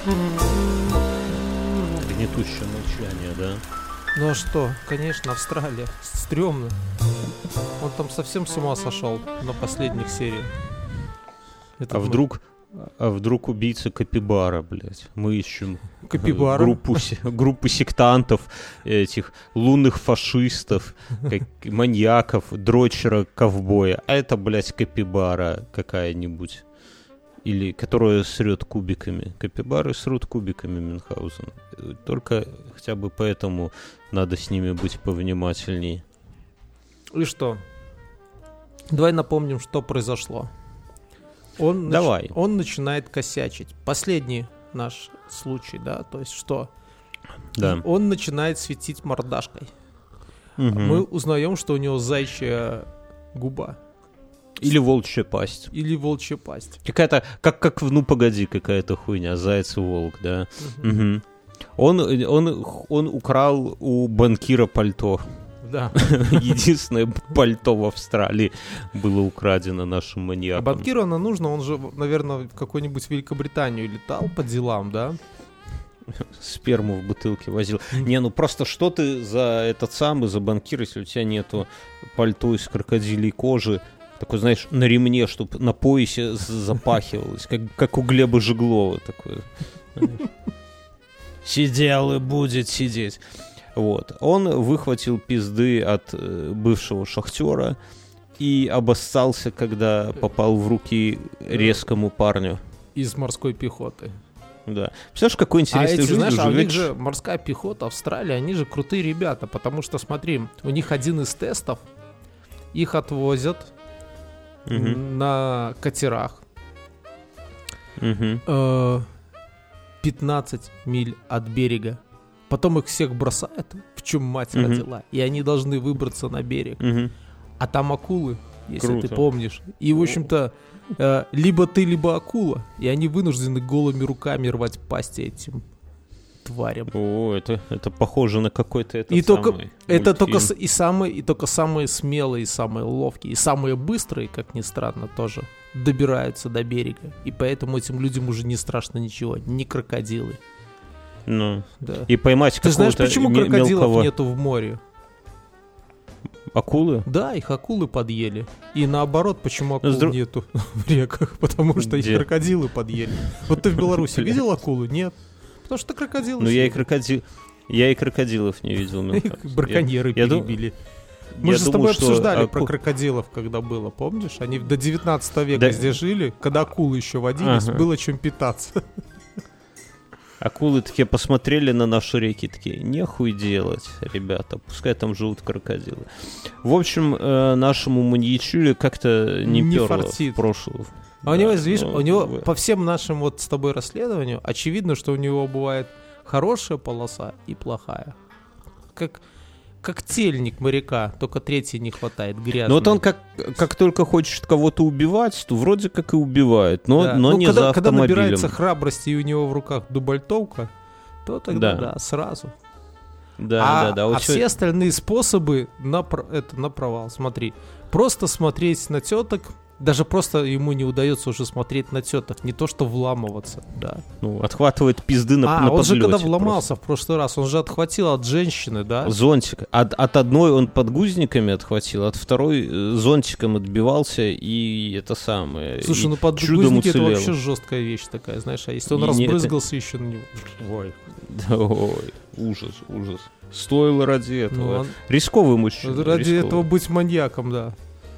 Гнетущее молчание, да? Ну а что? Конечно, Австралия. Стрёмно. Он там совсем с ума сошел на последних сериях. А вдруг убийца Капибара, блядь? Мы ищем Капибара? группу сектантов, этих лунных фашистов, маньяков, дрочера, ковбоя. А это, блядь, Капибара какая-нибудь. Или которая срет кубиками. Капибары срут кубиками, Мюнхгаузен. Только хотя бы поэтому надо с ними быть повнимательней. И что? Давай напомним, что произошло. Он начинает косячить. Последний наш случай, да, то есть что? Да. Он начинает светить мордашкой. Угу. Мы узнаем, что у него заячья губа. Или волчья пасть. Какая-то, как в «Ну, погоди», какая-то хуйня. Заяц и волк, да. Угу. Он украл у банкира пальто. Да. Единственное пальто в Австралии было украдено нашим маньяком. А банкиру оно нужно, он же, наверное, в какую-нибудь Великобританию летал по делам, да? Сперму в бутылке возил. Не, ну просто что ты за за банкир, если у тебя нету пальто из крокодилей кожи, такой, знаешь, на ремне, чтобы на поясе запахивалось, как у Глеба Жеглова такое. Сидел и будет сидеть. Вот. Он выхватил пизды от бывшего шахтера и обоссался, когда попал в руки резкому парню. Из морской пехоты. Да. Представляешь, какой интересный жизнь знаешь, живет. у них же морская пехота, Австралия, они же крутые ребята, потому что, смотри, у них один из тестов, их отвозят на катерах 15 миль от берега. Потом их всех бросают, в чем мать родила, и они должны выбраться на берег. А там акулы, если Круто. ты помнишь. И, в общем-то, либо ты, либо акула, и они вынуждены голыми руками рвать пасти этим тварям. О, это похоже на какой-то и только мультфильм. самые смелые, самые ловкие, и самые быстрые, как ни странно, тоже добираются до берега. И поэтому этим людям уже не страшно ничего, ни крокодилы. Ну, да. И поймать Ты какого-то знаешь, почему крокодилов мелкого... нету в море? Акулы? Да, их акулы подъели. И наоборот, почему акул нету в реках? Потому что их крокодилы подъели. Вот ты в Беларуси видел акулу? Нет. Потому что крокодилы... Ну, я и крокодилов не видел. Браконьеры перебили. Мы же с тобой обсуждали про крокодилов, когда было, помнишь? Они до 19 века здесь жили, когда акулы еще водились, было чем питаться. Акулы такие посмотрели на наши реки, такие, нехуй делать, ребята, пускай там живут крокодилы. В общем, нашему маньячуле как-то не перло в прошлом. А у него, видишь, у него по всем нашим вот с тобой расследованиям очевидно, что у него бывает хорошая полоса и плохая. Как тельник моряка, только третьей не хватает, грязный. Но вот он как только хочет кого-то убивать, то вроде как и убивает, но не за автомобилем. Когда набирается храбрости и у него в руках дубальтовка, то тогда сразу. А все остальные способы на провал. Смотри, просто смотреть на теток, даже просто ему не удается уже смотреть на теток, не то что вламываться, да. Ну, отхватывает пизды на подлете. Он же когда вломался в прошлый раз, он же отхватил от женщины, да? Зонтик. От одной он подгузниками отхватил, от второй зонтиком отбивался, и это самое. Слушай, ну подгузники это вообще жесткая вещь такая, знаешь, а если он разбрызгался еще на него? Ой, ужас. Стоило ради этого. Рисковый мужчина. Ради этого быть маньяком, да.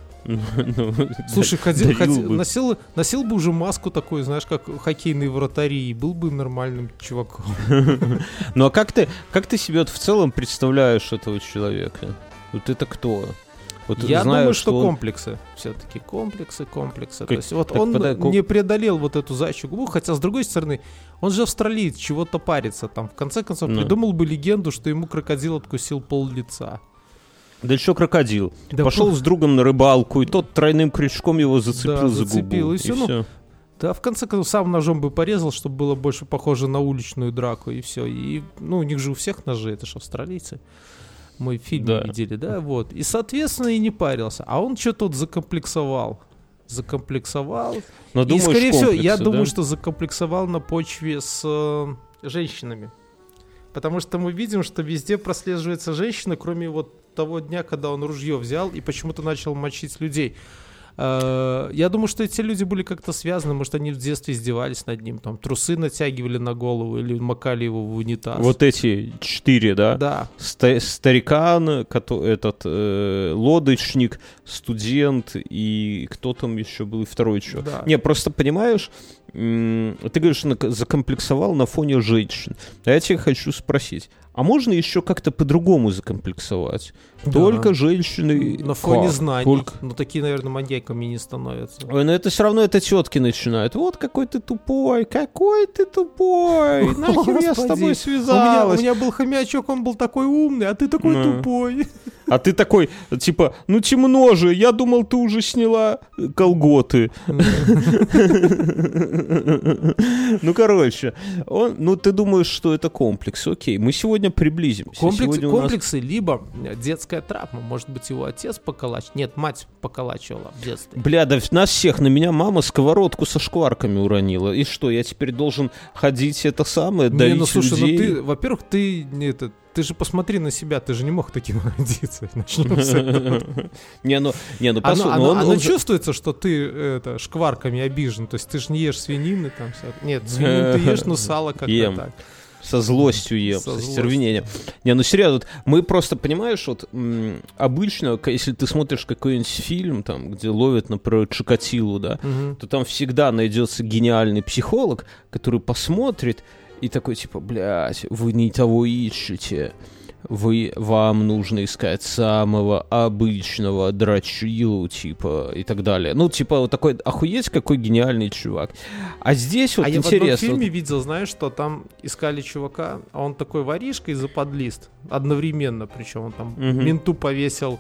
Слушай, носил бы уже маску такую, знаешь, как хоккейные вратари, и был бы нормальным чуваком. Ну а как ты себе в целом представляешь этого человека? Вот это кто? Вот я думаю, что комплексы. Все-таки комплексы. То есть вот он не преодолел вот эту заячью губу, хотя, с другой стороны, он же австралиец, чего-то парится там. В конце концов, придумал бы легенду, что ему крокодил откусил пол-лица. Да еще крокодил. Пошел с другом на рыбалку, и тот тройным крючком его зацепил за губу. И все. Да, в конце концов, сам ножом бы порезал, чтобы было больше похоже на уличную драку, и все. И, у них же у всех ножи, это же австралийцы. Мы в фильме видели, да, вот. И, соответственно, и не парился. А он что тут закомплексовал? Закомплексовал. Но, думаешь, и, скорее всего, я да? думаю, что закомплексовал на почве с женщинами. Потому что мы видим, что везде прослеживается женщина, кроме вот того дня, когда он ружье взял и почему-то начал мочить людей. Я думаю, что эти люди были как-то связаны. Может, они в детстве издевались над ним. Там трусы натягивали на голову или макали его в унитаз. Вот эти 4, да? Да. Старикан, этот лодочник, студент и кто там еще был, и второй еще. Да. Не, просто понимаешь, ты говоришь, закомплексовал на фоне женщин. А я тебя хочу спросить, а можно еще как-то по-другому закомплексовать? Да. Только женщины... На фоне знаний. Только... Ну, такие, наверное, маньяками не становятся. Ой, но это все равно это тетки начинают. Вот какой ты тупой, нахер я с тобой связалась. У меня был хомячок, он был такой умный, а ты такой тупой. А ты такой, типа, ну темно же, я думал, ты уже сняла колготы. Ну, короче, ты думаешь, что это комплекс. Окей, мы сегодня приблизимся. Комплексы, либо детская травма. Может быть, его отец поколачивал. Нет, мать поколачивала в детстве. Бля, да нас всех, на меня мама сковородку со шкварками уронила. И что, я теперь должен ходить это самое, давить людей? Ну, слушай, ты, во-первых, ты же посмотри на себя, ты же не мог таким родиться. Начнем с этого. Оно чувствуется, что ты шкварками обижен. То есть ты же не ешь свинины там. Нет, свинину ты ешь, но сало как-то так. Со злостью ем, со стервенением. Серьезно, мы просто, понимаешь, вот обычно, если ты смотришь какой-нибудь фильм, там, где ловят, например, Чикатило, да, то там всегда найдется гениальный психолог, который посмотрит и такой, типа, блядь, вы не того ищете. Вам нужно искать самого обычного дрочилу, типа, и так далее. Ну, типа, вот такой, охуеть, какой гениальный чувак. А здесь вот интересно. Я в одном фильме видел, знаешь, что там искали чувака, а он такой воришка и западлист. Одновременно, причем он там менту повесил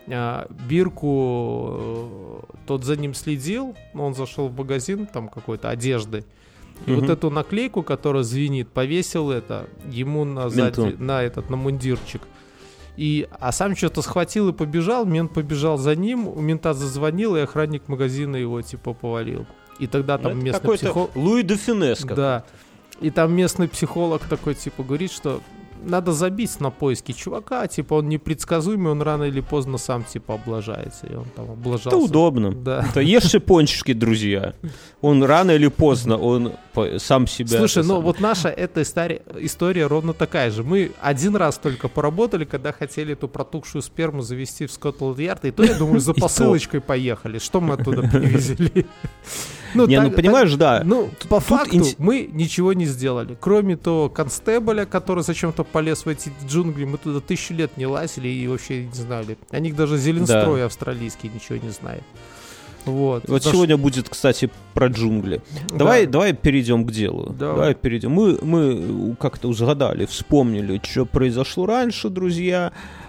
бирку, тот за ним следил, он зашел в магазин, там, какой-то одежды. И вот эту наклейку, которая звенит, повесил ему на мундирчик. А сам что-то схватил и побежал, мент побежал за ним, у мента зазвонил, и охранник магазина его типа повалил. И тогда там местный психолог... Луи де Фюнес. Да. И там местный психолог такой типа говорит, что надо забить на поиски чувака, типа он непредсказуемый, он рано или поздно сам типа облажается. И он там облажался. Это удобно. Да. Это ешьте пончики, друзья. Он рано или поздно, он сам себя... Слушай, вот наша эта история ровно такая же. Мы один раз только поработали, когда хотели эту протухшую сперму завести в Скотланд-Ярд, и то, я думаю, за посылочкой поехали. Что мы оттуда привезли? Понимаешь, да. Ну, по факту мы ничего не сделали. Кроме того констебля, который зачем-то полез в эти джунгли, мы туда 1000 лет не лазили и вообще не знали. О них даже Зеленстрой австралийский ничего не знает. Вот сегодня будет, кстати, про джунгли. Давай перейдем к делу. Давай перейдем. Мы как-то узгадали, вспомнили, что произошло раньше, друзья.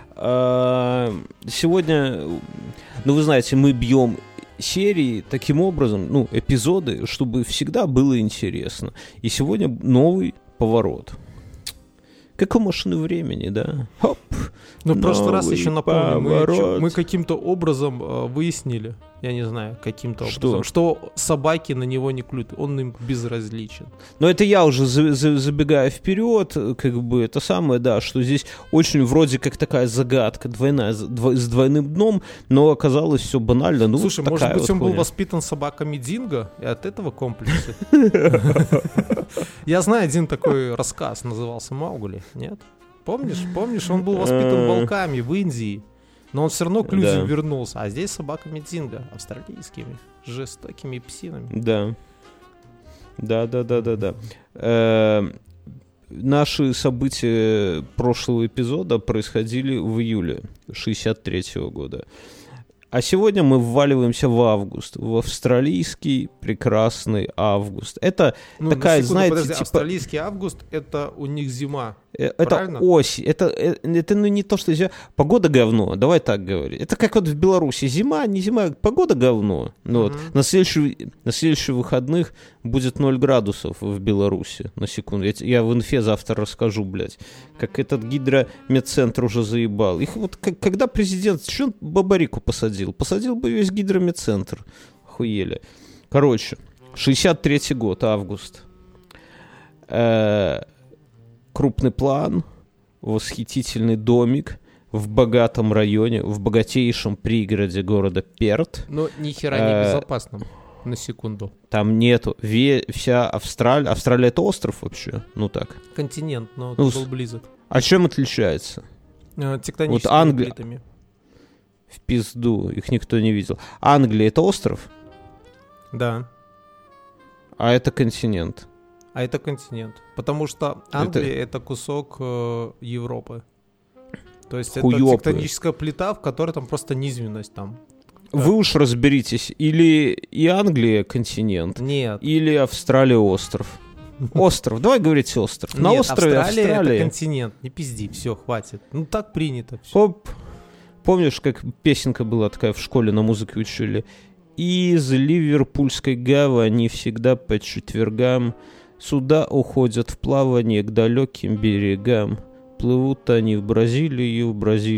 Сегодня, вы знаете, мы бьем серии таким образом, эпизоды, чтобы всегда было интересно. И сегодня новый поворот. Как у машины времени, да? Хоп! В прошлый раз еще напомню, мы каким-то образом выяснили, я не знаю, каким-то образом, что собаки на него не клюют, он им безразличен. Но это я уже забегая вперед, как бы это самое, да, что здесь очень вроде как такая загадка двойная, с двойным дном, но оказалось все банально. Слушай, может быть, он был воспитан собаками Динго, и от этого комплексы? Я знаю один такой рассказ, назывался «Маугли», нет? Помнишь, он был воспитан волками в Индии, но он все равно к людям вернулся. А здесь собаками Динго, австралийскими, жестокими псинами. Да. Наши события прошлого эпизода происходили в июле 1963 года. А сегодня мы вваливаемся в август, в австралийский прекрасный август. Это такая, знаете, австралийский август — это у них зима. Это правильно? Осень. Это не то, что зима. Погода говно, давай так говорить. Это как вот в Беларуси. Зима, не зима, погода говно. На следующих выходных будет 0 градусов в Беларуси. На секунду. Я в инфе завтра расскажу, блядь. Как этот гидромедцентр уже заебал. Их вот когда президент, что он бабарику посадил? Посадил бы весь гидромедцентр. охуели. Короче, 63-й год, август. Крупный план, восхитительный домик в богатом районе, в богатейшем пригороде города Перт. Но ни хера не безопасном, на секунду. Там нету. Вся Австралия... Австралия — это остров вообще? Ну так. Континент, но был близок. А чем отличается? Тектоническими плитами. В пизду, их никто не видел. Англия — это остров? Да. А это континент? А это континент. Потому что Англия — это кусок Европы. То есть это тектоническая плита, в которой там просто низменность там. Вы уж разберитесь, или и Англия континент, нет, или Австралия остров. Остров, давай говорить остров. На нет, острове Австралия это континент, не пизди, все, хватит. Ну так принято. Помнишь, как песенка была такая в школе, на музыке учили? Из Ливерпульской гавани всегда по четвергам суда уходят в плавание к далеким берегам. Плывут они в Бразилию,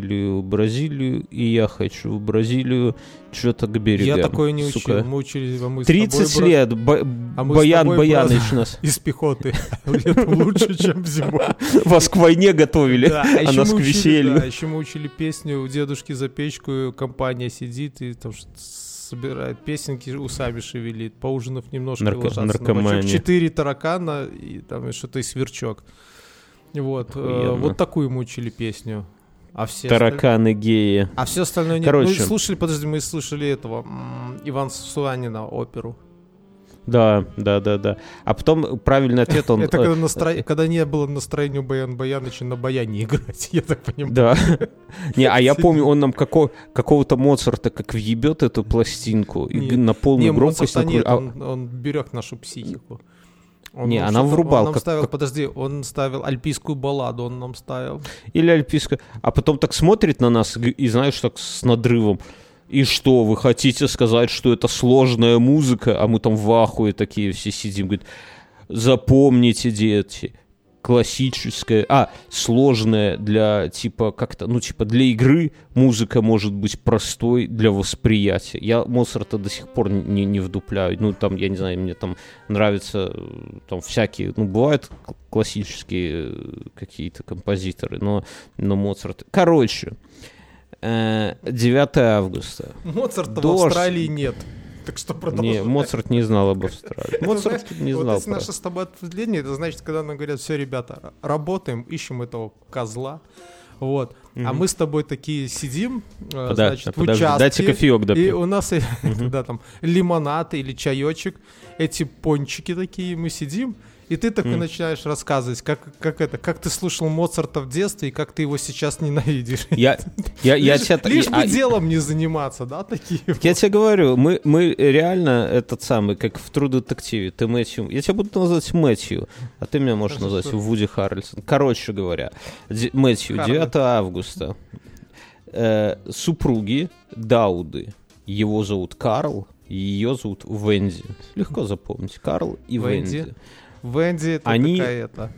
и я хочу в Бразилию, что-то к берегам. Я такое не учил, мы учили... 30 лет, Баян Баяныч нас. Из пехоты, летом лучше, чем зимой. Вас к войне готовили, а нас к веселью. Да, еще мы учили песню «У дедушки за печку компания сидит и там собирает песенки, усами шевелит, поужинав немножко ложатся на бочок. 4 таракана и там что-то и сверчок. Вот такую мы учили песню. А все тараканы геи. А все остальное нет. Короче. Мы слушали этого Ивана Сусанина оперу. Да. А потом правильный ответ он... Это когда не было настроения у Баян Баяныча на баяне играть, я так понимаю. Да. Не, а я помню, он нам какого-то Моцарта как въебет эту пластинку на полную громкость. Он берег нашу психику. Она врубал. Он ставил альпийскую балладу, он нам ставил. Или альпийскую. А потом так смотрит на нас и, знаешь, так с надрывом. И что, вы хотите сказать, что это сложная музыка? А мы там в ахуе такие все сидим. Говорит, запомните, дети, классическая, сложная для, для игры музыка может быть простой для восприятия. Я Моцарта до сих пор не вдупляю. Я не знаю, мне там нравятся там всякие, бывают классические какие-то композиторы, но Моцарт... Короче, 9 августа. Моцарта в Австралии нет. Так что продолжай. Не, Моцарт не знал об Австралии. Моцарт не знал. Если наше с тобой ответвление, это значит, когда нам говорят, все, ребята, работаем, ищем этого козла. Вот. А мы с тобой такие сидим, в участке. Дайте кофеек допью. И у нас там лимонад или чаечек, эти пончики такие, мы сидим. И ты такой начинаешь рассказывать, как ты слушал Моцарта в детстве и как ты его сейчас ненавидишь. Лишь бы делом не заниматься, да, такие. Я тебе говорю, мы реально как в True Detective, ты Мэтью, я тебя буду называть Мэтью, а ты меня можешь назвать Вуди Харрельсон. Короче говоря, Мэтью, 9 августа, супруги Дауды, его зовут Карл, ее зовут Венди. Легко запомнить, Карл и Венди. Венди это какая-то.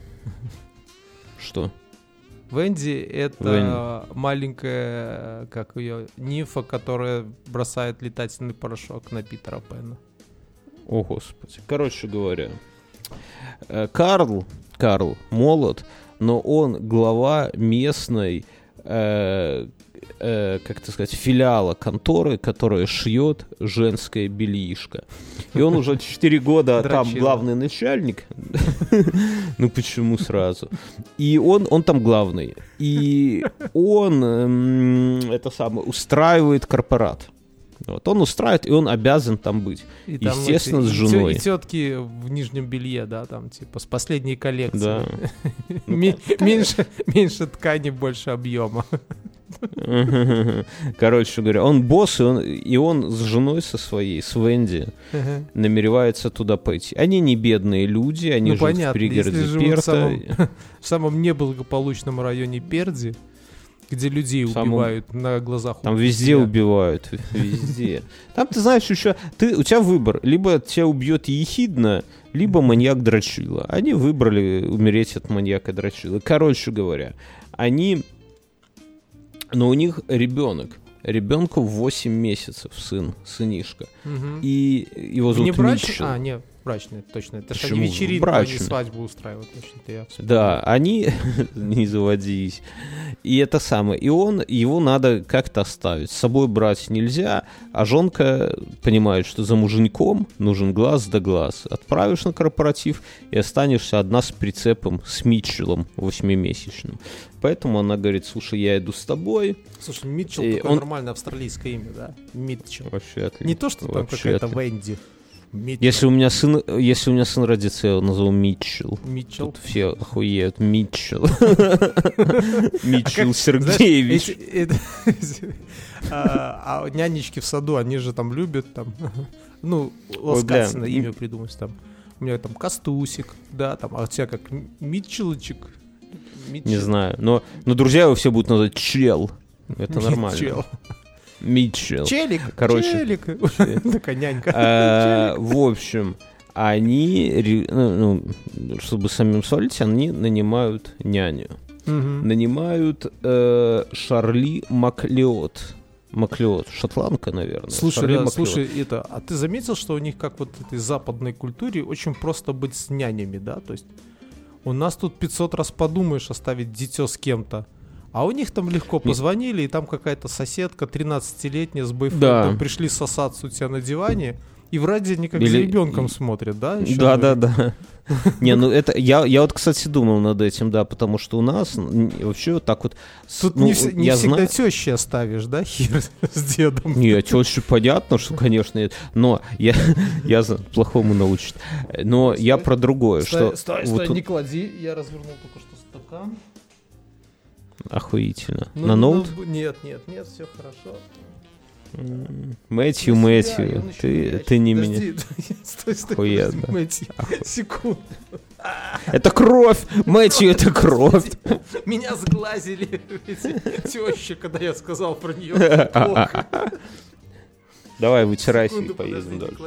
Что? Венди это маленькая, как ее, нимфа, которая бросает летательный порошок на Питера Пэна. О, Господи. Короче говоря, Карл молод, но он глава местной, филиала конторы, которая шьет женское бельишко. И он уже 4 года там главный начальник. Ну почему сразу? И он там главный. И он устраивает корпорат. Вот, он устраивает, и он обязан там быть. И естественно, с женой. И тетки в нижнем белье, да, там, с последней коллекции. Да. Меньше ткани, больше объема. Короче говоря, он босс, и он с женой со своей, с Венди, намеревается туда пойти. Они не бедные люди, они живут в пригороде Перта. В самом неблагополучном районе Перди, где людей убивают на глазах. Там везде убивают, везде. Там, ты знаешь, еще у тебя выбор. Либо тебя убьет ехидна, либо маньяк-дрочила. Они выбрали умереть от маньяка-дрочила. Короче говоря, но у них ребенок. ребенку 8 месяцев, сынишка. И его зовут Митчелл. Не, брачные, точно. Это же они вечеринку, они свадьбу устраивают. Точно, да, они не заводились. И это самое. И его надо как-то оставить. С собой брать нельзя, а жонка понимает, что за муженьком нужен глаз да глаз. Отправишь на корпоратив и останешься одна с прицепом, с Митчеллом 8-месячным. Поэтому она говорит: слушай, я иду с тобой. Слушай, Митчелл такое нормальное австралийское имя, да? Митчелл. Вообще отлично. Не то, что там какая-то Венди. Если у меня сын родится, я его назову Митчелл. Митчелл? Тут все охуеют. Митчелл. Митчелл Сергеевич. А нянечки в саду, они же там любят там, ласкаться на имя придумать там. У меня там Костусик, да, там, а у тебя как Митчеллчик. Не знаю, но друзья его все будут называть Чел. Это нормально. Митчелл. Челик. Такая нянька. В общем, они, чтобы самим свалить, они нанимают няню. Нанимают Шарли Маклеод. Маклеод, шотландка, наверное. Слушай, а ты заметил, что у них, как вот в этой западной культуре, очень просто быть с нянями, да? То есть у нас тут 500 раз подумаешь оставить дитё с кем-то. А у них там легко позвонили, и там какая-то соседка 13-летняя с бойфрендом пришли сосаться у тебя на диване, и вроде они как за ребенком смотрят, да? Да. Не, это я вот, кстати, думал над этим, да, потому что у нас вообще вот так вот... Тут не всегда тещи оставишь, да, хер с дедом? Не, тещи понятно, что, конечно, нет, но я плохому научит. Но я про другое, что... Стой, не клади, я развернул только что стакан. Охуительно. На ноут? Нет, все хорошо. Мэтью, ты не меня. Стой, Мэтью, секунду. Это кровь! Мэтью, это кровь! Меня сглазили эти тещи, когда я сказал про нее плохо. Давай, вытирайся и поедем дальше.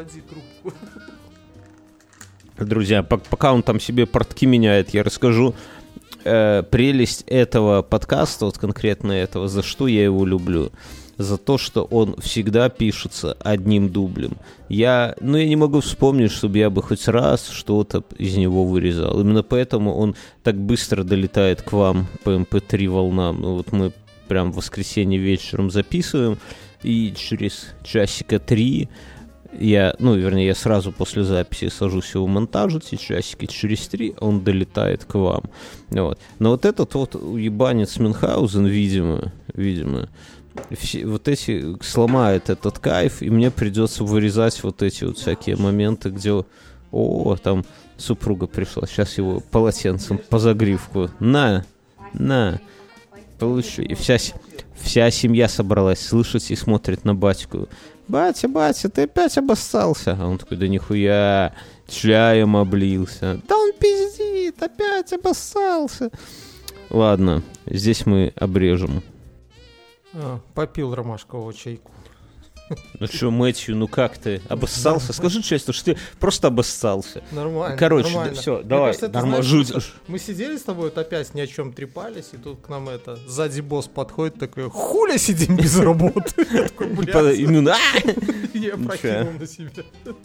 Друзья, пока он там себе портки меняет, я расскажу прелесть этого подкаста, вот конкретно этого, за что я его люблю. За то, что он всегда пишется одним дублем. Я не могу вспомнить, чтобы я бы хоть раз что-то из него вырезал. Именно поэтому он так быстро долетает к вам по MP3 волнам. Вот мы прям в воскресенье вечером записываем, и через часика 3 я сразу после записи сажусь его монтажить, и часики через 3 он долетает к вам. Вот. Но вот этот вот уебанец Мюнхгаузен, видимо, вот эти сломает этот кайф, и мне придется вырезать вот эти вот всякие моменты, где там супруга пришла, сейчас его полотенцем по загривку. На, получу. И вся семья собралась слышать и смотрит на батьку. Батя, ты опять обоссался? А он такой: да нихуя, чаем облился. Да он пиздит, опять обоссался. Ладно, здесь мы обрежем. Попил ромашкового чайку. Ну что, Мэтью, как ты? Обоссался? Скажи честно, что ты просто обоссался. Нормально. Короче, нормально. Все, давай. Кажется, мы сидели с тобой, вот опять ни о чем трепались, и тут к нам сзади босс подходит, такой: хуля сидим без работы? Я такой: блядь. Я прокинул на себя.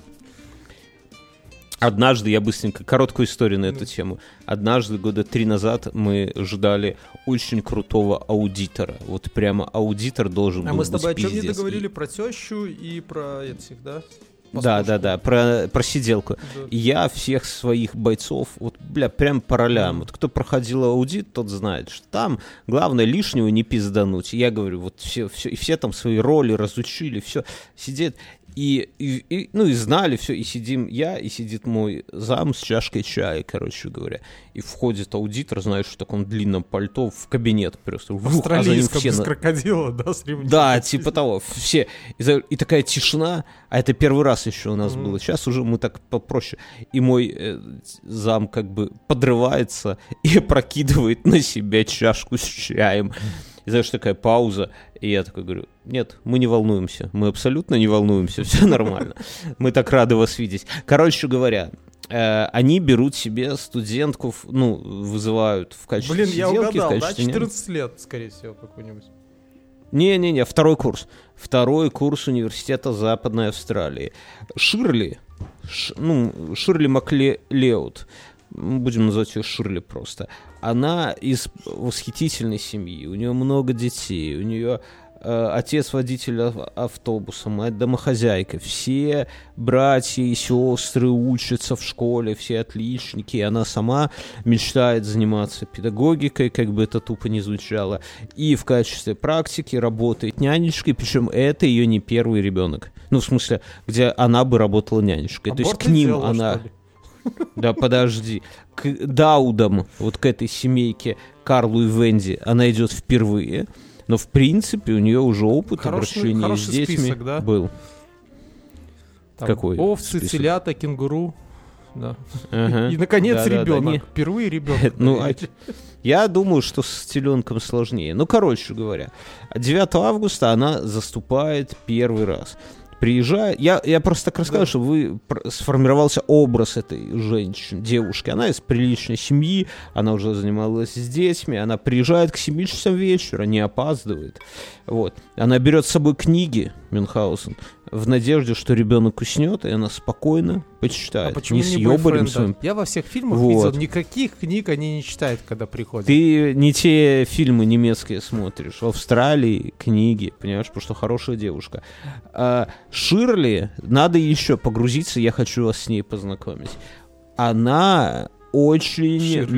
Однажды, я быстренько, короткую историю на эту тему. Однажды, 3 года назад, мы ждали очень крутого аудитора. Вот прямо аудитор должен был быть. А мы с тобой о чем не договорили? Про тещу и про этих, да? Да, про сиделку. Да. И я всех своих бойцов, прям по ролям. Вот кто проходил аудит, тот знает, что там главное лишнего не пиздануть. И я говорю, все там свои роли разучили, все сидят. И знали все, и сидим я, и сидит мой зам с чашкой чая, короче говоря. И входит аудитор, знаешь, в таком длинном пальто в кабинет просто. В австралийском без крокодила, да, с ремнем? Да, типа того, все. И такая тишина, а это первый раз еще у нас было. Сейчас уже мы так попроще. И мой зам как бы подрывается и опрокидывает на себя чашку с чаем. И знаешь, такая пауза, и я такой говорю: нет, мы не волнуемся, мы абсолютно не волнуемся, все нормально, мы так рады вас видеть. Короче говоря, они берут себе студентку, вызывают в качестве сиделки. Блин, я угадал, да? 14 лет, скорее всего, какой-нибудь. Не-не-не, второй курс. Второй курс университета Западной Австралии. Ширли Маклеод, будем называть ее Ширли просто, она из восхитительной семьи, у нее много детей, у нее отец водитель автобуса, мать домохозяйка, все братья и сестры учатся в школе, все отличники, и она сама мечтает заниматься педагогикой, как бы это тупо не звучало, и в качестве практики работает нянечкой, причем это ее не первый ребенок, ну, в смысле, где она бы работала нянечкой, то есть к ним делала, она... Да, подожди. К Даудам, вот к этой семейке, Карлу и Венди, она идет впервые. Но, в принципе, у нее уже опыт обращения с детьми список, да? был. Там какой? Овцы, список? Телята, кенгуру. Да. Ага. И, наконец, Да, ребенок. да. Впервые ребенок. Я думаю, что с теленком сложнее. Ну, короче говоря, 9 августа она заступает первый раз. Приезжает, я просто так расскажу, чтобы сформировался образ этой женщины, девушки. Она из приличной семьи, она уже занималась с детьми, она приезжает к 7 часам вечера, не опаздывает. Вот. Она берет с собой книги, Мюнхгаузен, в надежде, что ребенок уснет, и она спокойно почитает. А почему не с ёбарем своим. Я во всех фильмах видел, никаких книг они не читают, когда приходят. Ты не те фильмы немецкие смотришь. В Австралии книги, понимаешь, потому что хорошая девушка. Ширли, надо еще погрузиться, я хочу вас с ней познакомить. Она очень...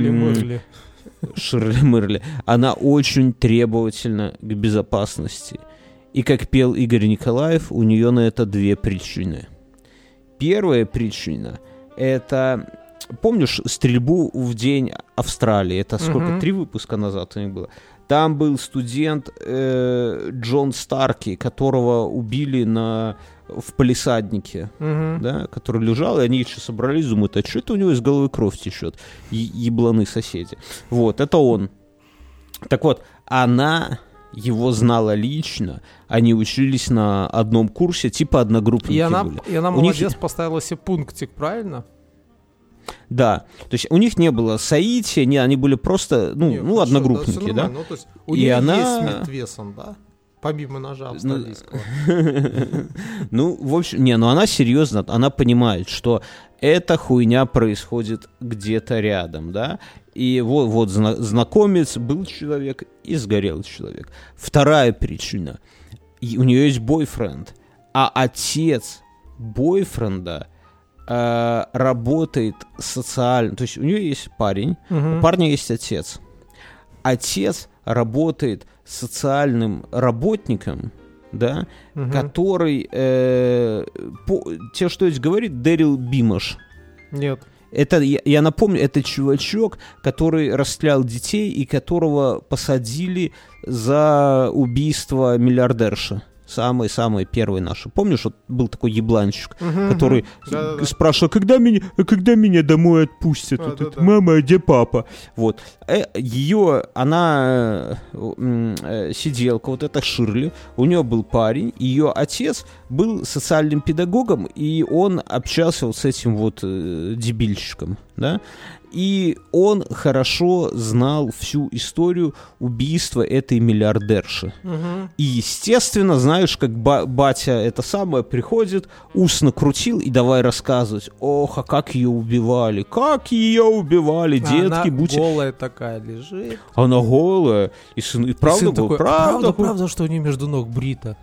Ширли Мырли. Она очень требовательна к безопасности. И, как пел Игорь Николаев, у нее на это две причины. Первая причина — это... Помнишь стрельбу в день Австралии? Это сколько? 3 выпуска назад у них было. Там был студент Джон Старки, которого убили в палисаднике, да, который лежал, и они еще собрались, думают, а что это у него из головы кровь течет? Ебланы соседи. Вот, это он. Так вот, она... его знала лично, они учились на одном курсе, типа одногруппники были. И она молодец, поставила себе пунктик, правильно? Да, то есть у них не было соития, они были просто, одногруппники, да? Ну, то есть у нее есть Смит Вессон, да? Помимо ножа австралийского. Ну, в общем, она серьезно, она понимает, что эта хуйня происходит где-то рядом, да? И вот знакомец, был человек и сгорел человек. Вторая причина. У нее есть бойфренд, а отец бойфренда работает социально. То есть у нее есть парень, у парня есть отец. Отец работает социальным работником, да, который... Тебе что-нибудь говорит Дэрил Бимаш? Нет. Это, я напомню, это чувачок, который расстрелял детей и которого посадили за убийство миллиардерши. Самый первый наш. Помнишь, вот был такой ебланчик, который спрашивал, когда меня домой отпустят? Мама, а где папа? Вот. Она сиделка, вот эта Ширли, у нее был парень, ее отец был социальным педагогом, и он общался вот с этим вот дебильщиком, да? И он хорошо знал всю историю убийства этой миллиардерши. И, естественно, знаешь, как батя это самое приходит, ус накрутил и давай рассказывать. Ох, а как ее убивали? Как ее убивали, детки? Она голая такая лежит. Она голая. И правда был? Правда, что у нее между ног брито.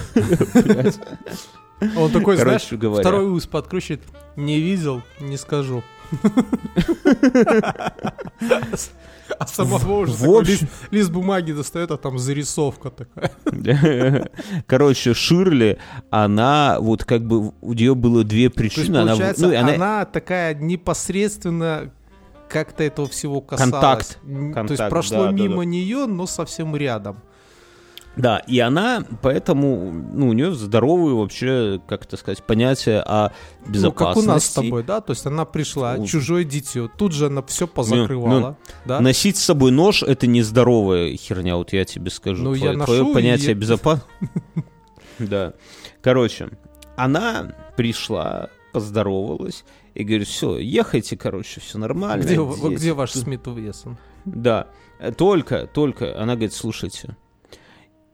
Он такой, знаешь, второй ус подкручивает. Не видел, не скажу. А самого уже лист бумаги достает, а там зарисовка такая. Короче, Ширли, она вот как бы у нее было две причины. Получается, она такая непосредственно как-то этого всего касалась. Контакт. То есть прошло мимо нее, но совсем рядом. Да, и она, поэтому, у нее здоровые вообще, как это сказать, понятия о безопасности. Как у нас с тобой, да? То есть она пришла, чужое дитё, тут же она все позакрывала. Да? Носить с собой нож — это нездоровая херня, вот я тебе скажу. Твое понятие безопасности. Да. Короче, она пришла, поздоровалась и говорит, все, ехайте, короче, все нормально. Где ваш Смит Вессон? Да, только, она говорит, слушайте,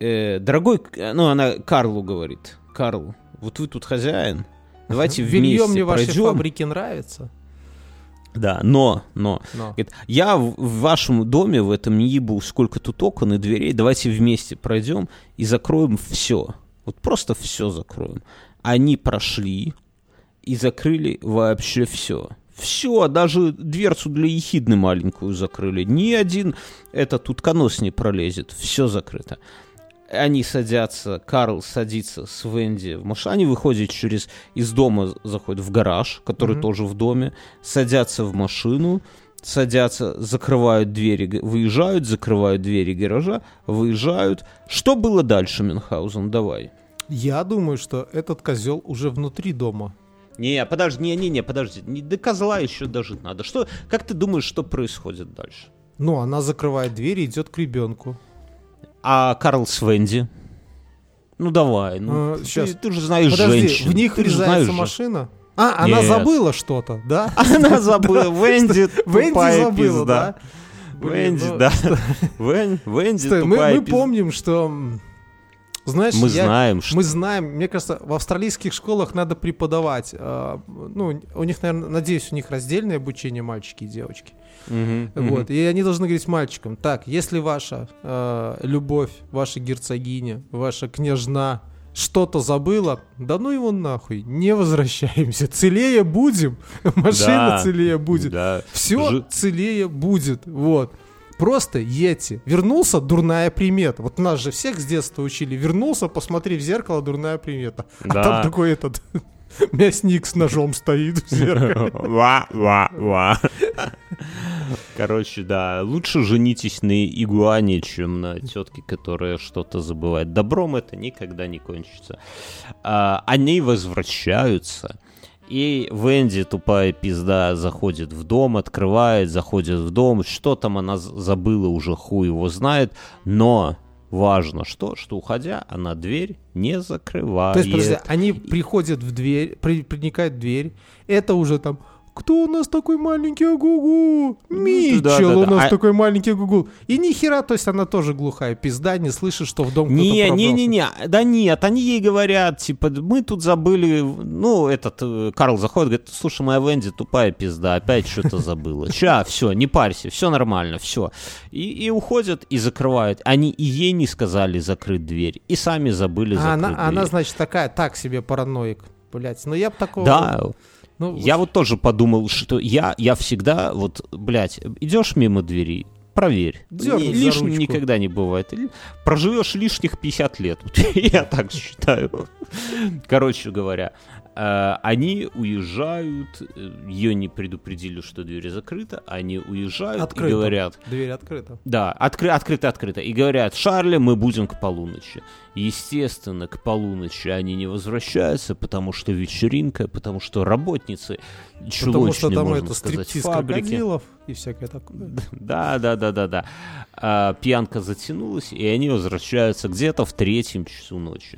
дорогой, ну, она Карлу говорит, Карл, вот вы тут хозяин, давайте вместе Белье мне пройдем. вашей фабрике нравится. Да, но. Говорит, я в вашем доме, в этом не ебу, сколько тут окон и дверей, давайте вместе пройдем и закроем все. Вот просто все закроем. Они прошли и закрыли вообще все. Все, даже дверцу для ехидны маленькую закрыли. Ни один этот утконос не пролезет. Все закрыто. Они садятся, Карл садится с Венди в машину, они выходят из дома, заходят в гараж, который тоже в доме, садятся в машину, садятся, закрывают двери, выезжают, закрывают двери гаража, выезжают. Что было дальше, Мюнхгаузен? Давай. Я думаю, что этот козел уже внутри дома. Подожди, до козла еще дожить надо. Как ты думаешь, что происходит дальше? Ну, она закрывает дверь и идет к ребенку. А Карл с Венди? Ну давай, сейчас. Ты же знаешь женщин. В них врезается машина? Она забыла что-то, да? Она забыла. Венди тупая пизда. Венди, да. Венди тупая пизда. Мы помним, что... Знаешь, мы знаем, мне кажется, в австралийских школах надо преподавать. У них, наверное, надеюсь, у них раздельное обучение мальчики и девочки. Вот. И они должны говорить мальчикам: так, если ваша любовь, ваша герцогиня, ваша княжна что-то забыла, да ну его нахуй, не возвращаемся, целее будем, машина целее будет, все целее будет, вот. Просто едьте. Вернулся — дурная примета. Вот нас же всех с детства учили. Вернулся, посмотри в зеркало — дурная примета. А там такой этот мясник с ножом стоит в зеркале. Короче, да. Лучше женитесь на игуане, чем на тетке, которая что-то забывает. Добром это никогда не кончится. Они возвращаются. И Венди, тупая пизда, заходит в дом, открывает, заходит в дом. Что там она забыла, уже хуй его знает. Но важно, что уходя, она дверь не закрывает. То есть, подожди, они приходят в дверь, проникают в дверь. Это уже там... Кто у нас такой маленький Гугу? Митчелл у нас такой маленький Гугу. И нихера, то есть она тоже глухая пизда, не слышит, что в дом кто-то пробрался. Да нет, они ей говорят, типа, мы тут забыли, Карл заходит, говорит: слушай, моя Венди тупая пизда, опять что-то забыла. Все, не парься, все нормально, все. И уходят, и закрывают. Они и ей не сказали закрыть дверь, и сами забыли закрыть дверь. Она, значит, так себе параноик, блядь. Но я бы такого... Да. Я вот тоже подумал, что я всегда, идешь мимо двери, проверь. Лишним никогда не бывает. Проживешь лишних 50 лет. Я так считаю. Короче говоря, они уезжают, ее не предупредили, что дверь закрыта, они уезжают и говорят... Дверь открыта. Да, открыто. И говорят: Шарли, мы будем к полуночи. Естественно, к полуночи они не возвращаются, потому что вечеринка, потому что работницы чулочные, можно сказать, фабрики. Крокодилов и всякое такое. Да. Пьянка затянулась, и они возвращаются где-то в 3-м часу ночи.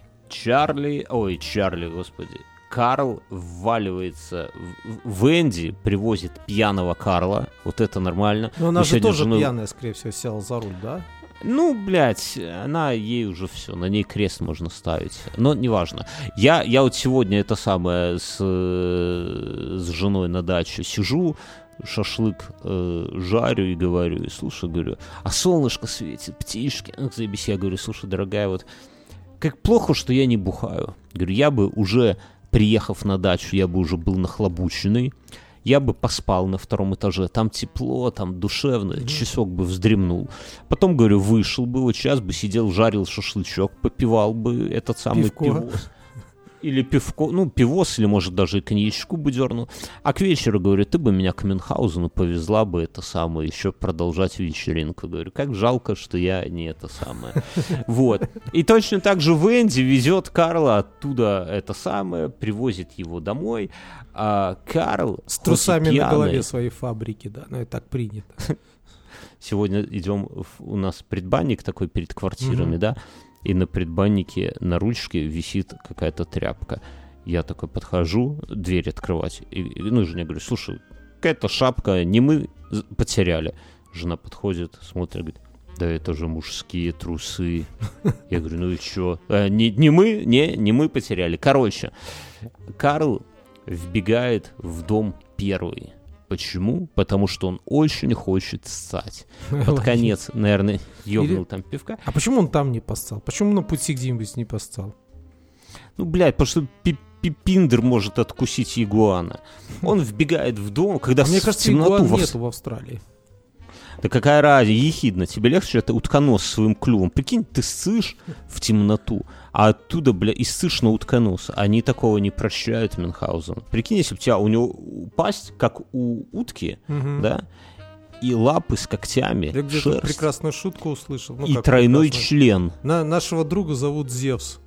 Карл вваливается в Венди, привозит пьяного Карла. Вот это нормально. Но она же тоже пьяная, скорее всего, села за руль, да? Она ей уже все, на ней крест можно ставить. Но неважно. Я вот сегодня с женой на даче сижу, шашлык жарю и говорю, а солнышко светит, птички. Заебись, я говорю: слушай, дорогая, вот как плохо, что я не бухаю. Говорю, я бы уже, приехав на дачу, я бы уже был нахлобученный, я бы поспал на 2-м этаже, там тепло, там душевно, часок бы вздремнул. Потом, говорю, вышел бы, вот сейчас бы сидел, жарил шашлычок, попивал бы этот самый пивос. Или пивко, пивос, или, может, даже и коньячку бы дернул. А к вечеру, говорю, ты бы меня к Мюнхгаузену повезла бы еще продолжать вечеринку. Говорю, как жалко, что я не это самое. Вот. И точно так же Венди везет Карла оттуда привозит его домой. А Карл с трусами на голове своей фабрики, да, это так принято. Сегодня идем, у нас предбанник такой перед квартирами, да, и на предбаннике на ручке висит какая-то тряпка. Я такой подхожу, дверь открывать. И жене говорю: слушай, какая-то шапка, не мы потеряли. Жена подходит, смотрит, говорит: Да это же мужские трусы. Я говорю, ну и чё? Не мы потеряли. Короче, Карл вбегает в дом первый. Почему? Потому что он очень хочет ссать. Под конец, наверное, ёбнул там пивка. А почему он там не поссал? Почему на пути где-нибудь не поссал? Ну, блядь, потому что пиндер может откусить ягуана. Он вбегает в дом, когда мне кажется, ягуан нету в Австралии. Да какая разница, ехидно, тебе легче, это утконос своим клювом. Прикинь, ты ссышь в темноту, а оттуда, бля, и ссышь на утконос. Они такого не прощают, Мюнхгаузен. Прикинь, если бы у него пасть, как у утки, да, и лапы с когтями, я где-то прекрасную шутку услышал. Ну, и тройной член. Нашего друга зовут Зевс.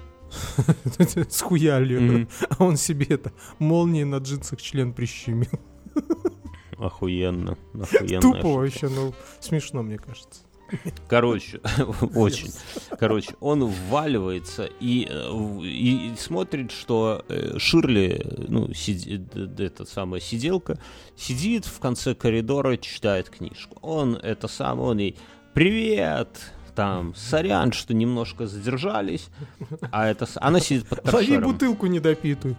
С хуялью. А он себе это молнией на джинсах член прищемил. Охуенно. Тупо вообще, но смешно, мне кажется. Короче, очень. Короче, он вваливается и смотрит, что Ширли, ну, эта самая сиделка, сидит в конце коридора, читает книжку. Он ей «Привет!» Там, сорян, что немножко задержались, она сидит под торшером. Лови бутылку недопитую.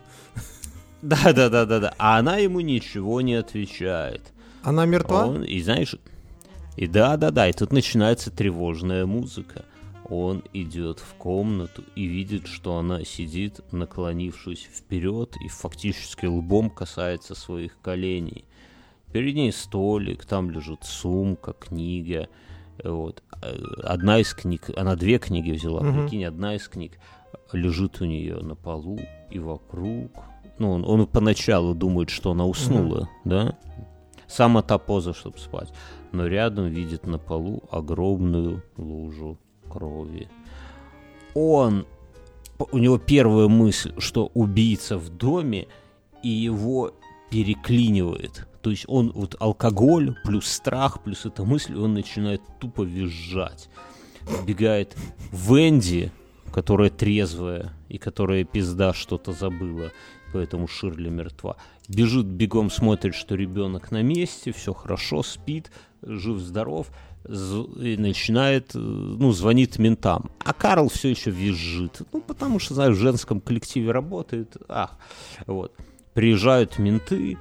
Да. А она ему ничего не отвечает. Она мертва? И знаешь, и да. И тут начинается тревожная музыка. Он идет в комнату и видит, что она сидит, наклонившись вперед, и фактически лбом касается своих коленей. Перед ней столик, там лежит сумка, книга. Вот. Одна из книг, она 2 книги взяла, прикинь, одна из книг лежит у нее на полу, и вокруг... Ну, он поначалу думает, что она уснула, да? Самая та поза, чтобы спать. Но рядом видит на полу огромную лужу крови. У него первая мысль, что убийца в доме, и его переклинивает. То есть он вот алкоголь, плюс страх, плюс эта мысль, и он начинает тупо визжать. Бегает Венди, которая трезвая, и которая пизда что-то забыла, поэтому Ширли мертва. Бежит бегом, смотрит, что ребенок на месте, все хорошо, спит, жив-здоров, и начинает, звонит ментам. А Карл все еще визжит. Потому что, знаешь, в женском коллективе работает. Вот. Приезжают менты,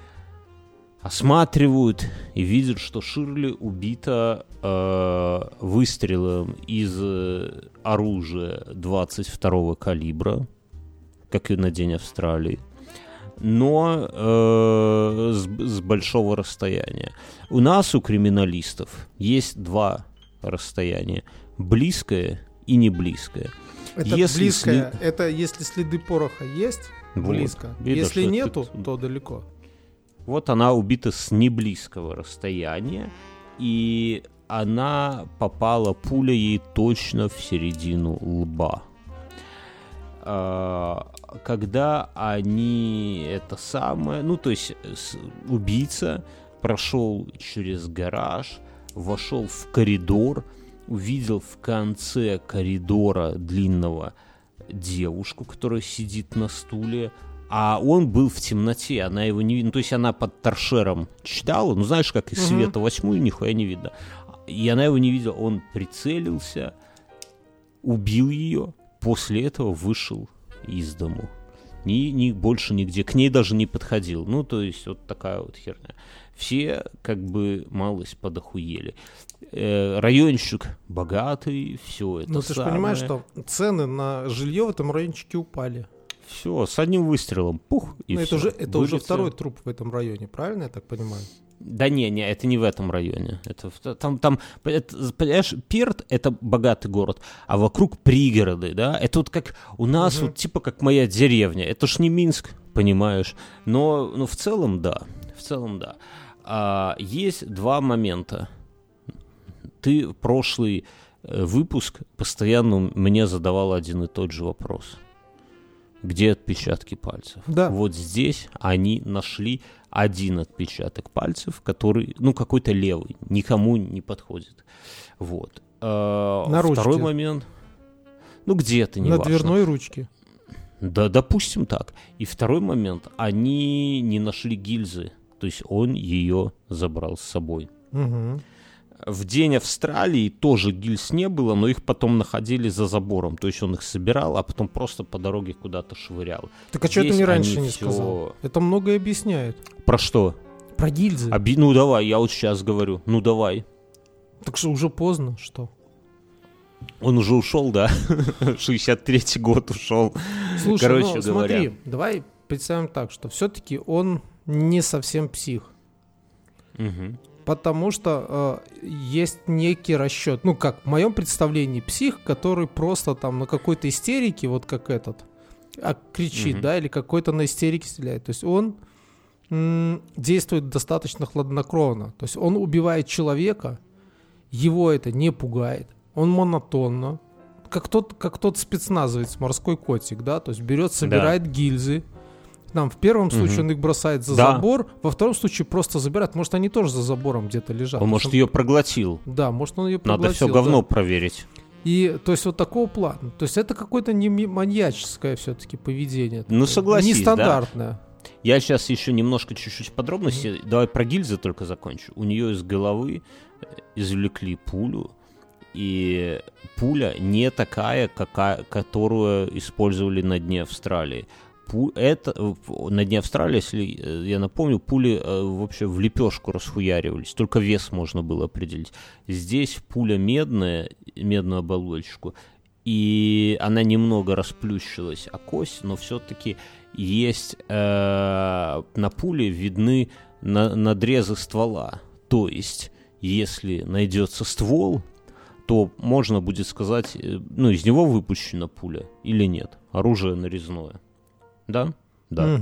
осматривают и видят, что Ширли убита выстрелом из оружия 22-го калибра, как и на День Австралии, но с большого расстояния. У нас, у криминалистов, есть 2 расстояния. Близкое и не близкое. Это близкое, это если следы пороха есть, близко. Вот, видно, если нету, то далеко. Вот она убита с неблизкого расстояния, и она попала, пуля ей точно в середину лба. Когда они то есть убийца прошел через гараж, вошел в коридор, увидел в конце коридора длинного девушку, которая сидит на стуле, а он был в темноте, она его не видела. То есть она под торшером читала, знаешь, как из света 8 нихуя не видно. И она его не видела, он прицелился, убил ее, после этого вышел из дому. Больше нигде, к ней даже не подходил. То есть вот такая вот херня. Все как бы малость подохуели. Райончик богатый, все это ты же понимаешь, что цены на жилье в этом райончике упали. Все, с одним выстрелом, пух, и все. Это уже второй труп в этом районе, правильно я так понимаю? Да не, это не в этом районе. Понимаешь, Перт — это богатый город, а вокруг пригороды, да? Это вот как у нас, вот типа как моя деревня. Это ж не Минск, понимаешь? Но в целом, да. Есть 2 момента. Ты в прошлый выпуск постоянно мне задавал один и тот же вопрос. Где отпечатки пальцев? Да. Вот здесь они нашли один отпечаток пальцев, который, какой-то левый, никому не подходит. Вот. На ручке. Второй момент. Где-то, не важно. На дверной ручке. Да, допустим так. И второй момент. Они не нашли гильзы. То есть он ее забрал с собой. Угу. в день Австралии тоже гильз не было, но их потом находили за забором. То есть он их собирал, а потом просто по дороге куда-то швырял. Так а что ты мне раньше не сказал? Это многое объясняет. Про что? Про гильзы. Ну давай, я вот сейчас говорю. Ну давай. Так что уже поздно, что? Он уже ушел, да? 63-й год ушел. Слушай, короче говоря. Смотри, давай представим так, что все-таки он не совсем псих. Угу. Потому что есть некий расчет. Ну, как в моем представлении, псих, который просто там на какой-то истерике, вот как этот, кричит, да, или какой-то на истерике стреляет. То есть он действует достаточно хладнокровно. То есть он убивает человека, его это не пугает. Он монотонно, как тот спецназовец, морской котик, да, то есть берет, собирает гильзы. Там в первом случае он их бросает за забор, во втором случае просто забирает. Может, они тоже за забором где-то лежат. Он, может, ее проглотил. Да, может, он ее проглотил. Надо все говно проверить. И, то есть, вот такого плана. То есть, это какое-то не маньяческое все-таки поведение. Ну, согласись, нестандартное. Да. Я сейчас еще чуть-чуть подробностей. Давай про гильзы только закончу. У нее из головы извлекли пулю. И пуля не такая, которую использовали на дне Австралии. На дне Австралии, если я напомню, пули вообще в лепешку расхуяривались, только вес можно было определить. Здесь пуля медная, медную оболочку, и она немного расплющилась о кость, но все-таки есть на пуле видны надрезы ствола. То есть, если найдется ствол, то можно будет сказать, ну, из него выпущена пуля или нет. Оружие нарезное. Да? Да.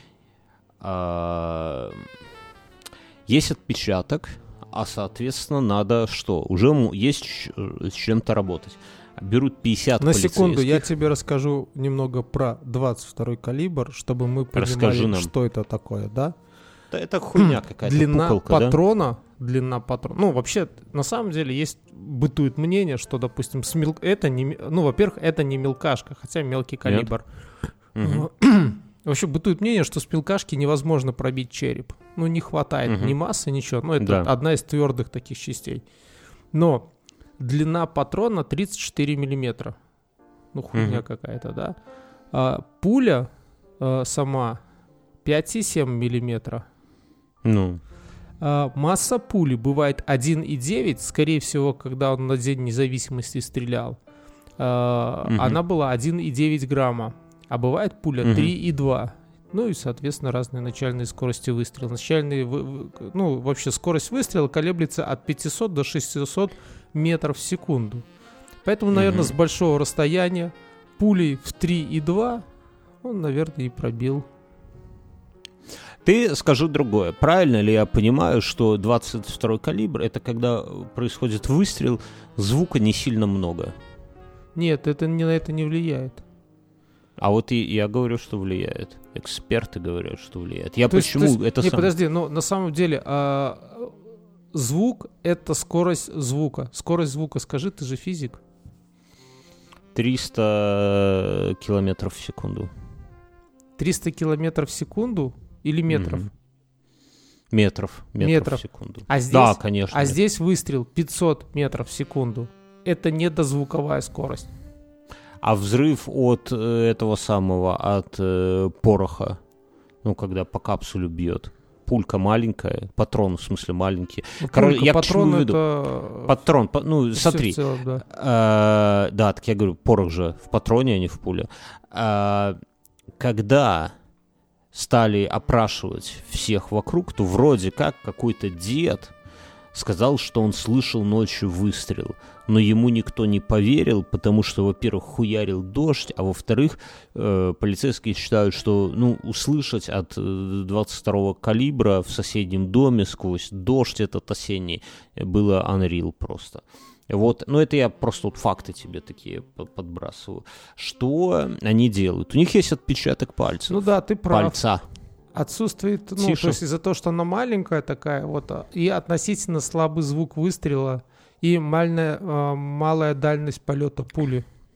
Есть отпечаток, а, соответственно, надо что? Уже есть с чем-то работать. Берут 50 полицейских. На секунду, я тебе расскажу немного про 22-й калибр, чтобы мы понимали, что это такое, да? Это хуйня какая-то, длина патрона. Ну, вообще, на самом деле, бытует мнение, что, допустим, во-первых, это не мелкашка, хотя мелкий калибр. Вообще бытует мнение, что с мелкашки невозможно пробить череп. Ну, не хватает ни массы, ничего. Ну, это одна из твердых таких частей. Но длина патрона 34 миллиметра. Ну, хуйня какая-то, да? Пуля сама 5,7 миллиметра. Ну. Масса пули бывает 1,9. Скорее всего, когда он на День независимости стрелял, она была 1,9 грамма. А бывает пуля 3,2. Ну и, соответственно, разные начальные скорости выстрела. Вообще скорость выстрела колеблется от 500 до 600 метров в секунду. Поэтому, наверное, с большого расстояния пулей в 3,2 он, наверное, и пробил. Ты скажи другое. Правильно ли я понимаю, что 22-й калибр — это когда происходит выстрел, звука не сильно много? Нет, это на это не влияет. А вот я говорю, что влияет. Эксперты говорят, что влияет. Подожди, но на самом деле звук — это скорость звука. Скорость звука, скажи, ты же физик. 300 километров в секунду. 300 километров в секунду или метров? Метров в секунду. Да, конечно. А здесь выстрел 500 метров в секунду. Это не дозвуковая скорость. А взрыв от этого самого, от пороха, ну, когда по капсуле бьет, пулька маленькая, патрон, в смысле, маленький. Патрон — это... Патрон, смотри. Целом, да. Да, так я говорю, порох же в патроне, а не в пуле. Когда стали опрашивать всех вокруг, то вроде как какой-то дед сказал, что он слышал ночью выстрел, но ему никто не поверил, потому что, во-первых, хуярил дождь, а во-вторых, полицейские считают, что, услышать от 22-го калибра в соседнем доме сквозь дождь этот осенний было unreal просто. Вот, это я просто факты тебе такие подбрасываю. Что они делают? У них есть отпечаток пальцев. Ну да, ты прав. Пальца. Отсутствует, то есть из-за того, что она маленькая такая, и относительно слабый звук выстрела, и малая дальность полета пули.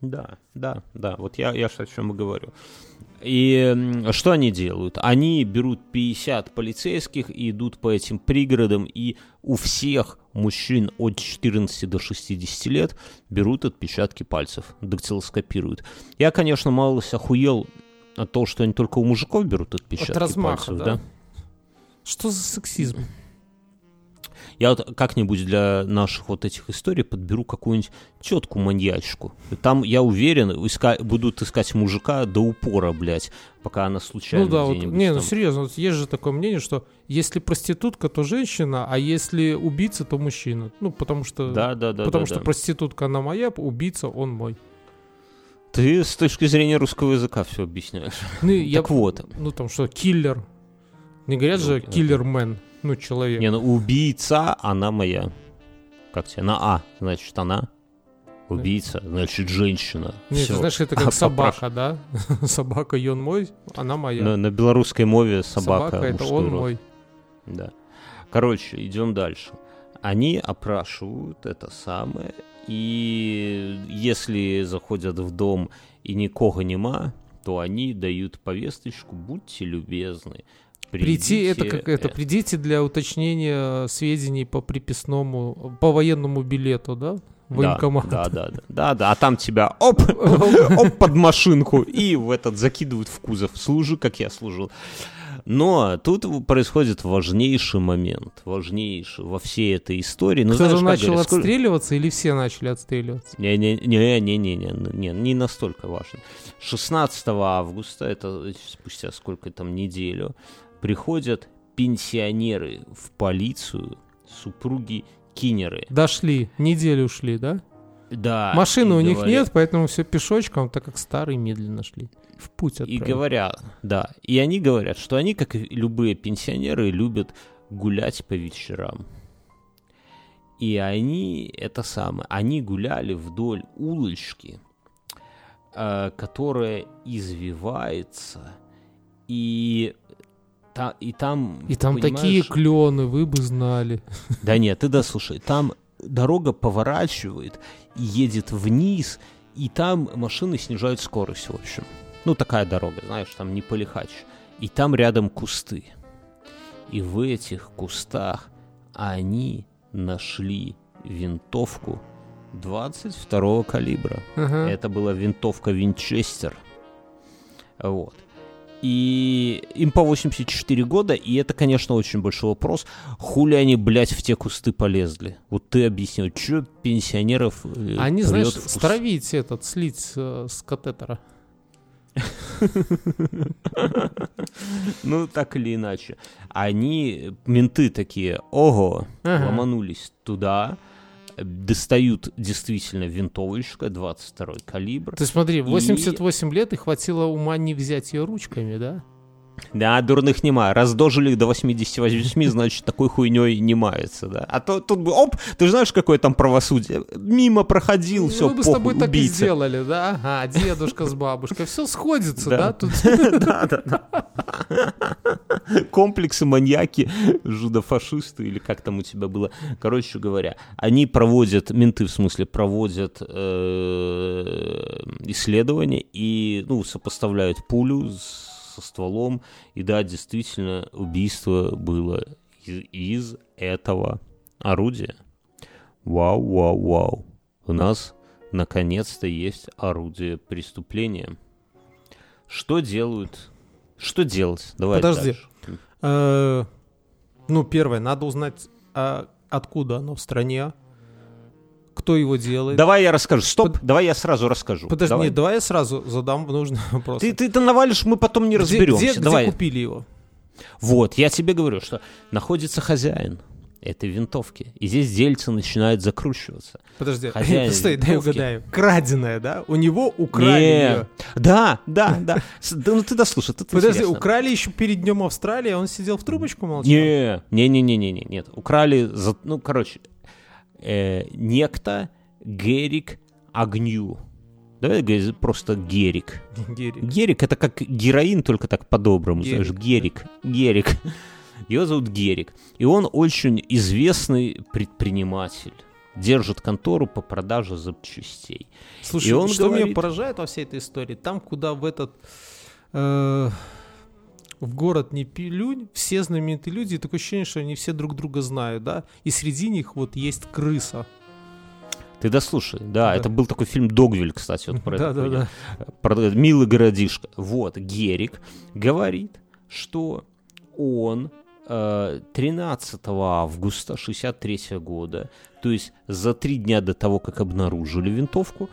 Да, вот я о чем и говорю. И что они делают? Они берут 50 полицейских и идут по этим пригородам, и у всех мужчин от 14 до 60 лет берут отпечатки пальцев, дактилоскопируют. Я, конечно, малость охуел от того, что они только у мужиков берут отпечатки от размаха, пальцев. Да? Что за сексизм? Я вот как-нибудь для наших вот этих историй подберу какую-нибудь тетку-маньячку. Там, я уверен, будут искать мужика до упора, блядь, пока она случайно где-нибудь... Вот, ну серьезно, вот есть же такое мнение, что если проститутка, то женщина, а если убийца, то мужчина. Ну, потому что... Потому что проститутка, она моя, убийца, он мой. Ты с точки зрения русского языка все объясняешь. Вот. Ну, там что, киллер. Не говорят же киллер-мен. Ну, человек. Не, ну убийца, она моя. Как тебе? На А, значит, она. Убийца, значит, женщина. Нет, ты знаешь, это как собака, да? Собака, и он мой, она моя. На белорусской мове собака это он мой. Да. Короче, идем дальше. Они опрашивают это самое, и если заходят в дом и никого нема, то они дают повесточку, будьте любезны. Придите для уточнения сведений по приписному, по военному билету, да? Военкомат. Да, а там тебя оп под машинку и в этот закидывают в кузов. Служи, как я служил. Но тут происходит важнейший момент, важнейший во всей этой истории. Ну, кто-то начал отстреливаться или все начали отстреливаться? Не настолько важно. 16 августа, это спустя сколько там, неделю, приходят пенсионеры в полицию, супруги Киннеры. Дошли, неделю шли, да? Да. Машины у них нет, поэтому все пешочком, так как старые медленно шли. В путь отправили. И говорят, да, и они говорят, что они, как и любые пенсионеры, любят гулять по вечерам. И они, они гуляли вдоль улочки, которая извивается, и там такие клены, вы бы знали. Да нет, ты дослушай, там дорога поворачивает и едет вниз, и там машины снижают скорость, в общем. Ну, такая дорога, знаешь, там не полихачь. И там рядом кусты. И в этих кустах они нашли винтовку 22-го калибра. Это была винтовка Винчестер. Вот. И им по 84 года, и это, конечно, очень большой вопрос. Хули они, блядь, в те кусты полезли? Вот ты объяснил, что пенсионеров они, знаешь, стравить слить с катетера. Ну, так или иначе. Менты такие, ломанулись туда, достают действительно винтовочка 22-й калибр. Ты смотри, 88 лет и хватило ума не взять ее ручками, да? Да, дурных нема. Раз дожили до 88, значит, такой хуйней не мается, да. А то тут бы, ты же знаешь, какое там правосудие? Мимо проходил, все, мы бы с тобой так и сделали, да? Ага, дедушка с бабушкой. Все сходится, да? Да. Комплексы, маньяки, жидофашисты, или как там у тебя было. Короче говоря, менты, в смысле, проводят исследования и, сопоставляют пулю со стволом, и да, действительно, убийство было из этого орудия. Вау. У нас наконец-то есть орудие преступления. Что делать? Давай подожди. Первое, надо узнать, откуда оно в стране, кто его делает. Давай я расскажу. Давай я сразу расскажу. Подожди, давай я сразу задам нужный вопрос. Ты навалишь, мы потом не разберемся. Где купили его? Вот, я тебе говорю, что находится хозяин этой винтовки. И здесь дельцы начинают закручиваться. Подожди, стой, дай угадаю. Краденая, да? У него украли ее. Да. Ну ты дослушай. Подожди, украли еще перед днем Австралии, а он сидел в трубочку молчал? Нет. Украли, некто Герик Агнью. Давай говорить просто Герик. Герик — это как героин, только так по-доброму. Знаешь, Герик. Его зовут Герик. И он очень известный предприниматель. держит контору по продаже запчастей. Слушай, и он что говорит... меня поражает во всей этой истории, там, куда в этот... в город не плюнь, все знаменитые люди, такое ощущение, что они все друг друга знают, да, и среди них вот есть крыса. Ты дослушай, да, это был такой фильм «Догвиль», кстати, вот про это. Про «Милый городишко». Вот, Герик говорит, что он 13 августа 1963 года, то есть за 3 дня до того, как обнаружили винтовку,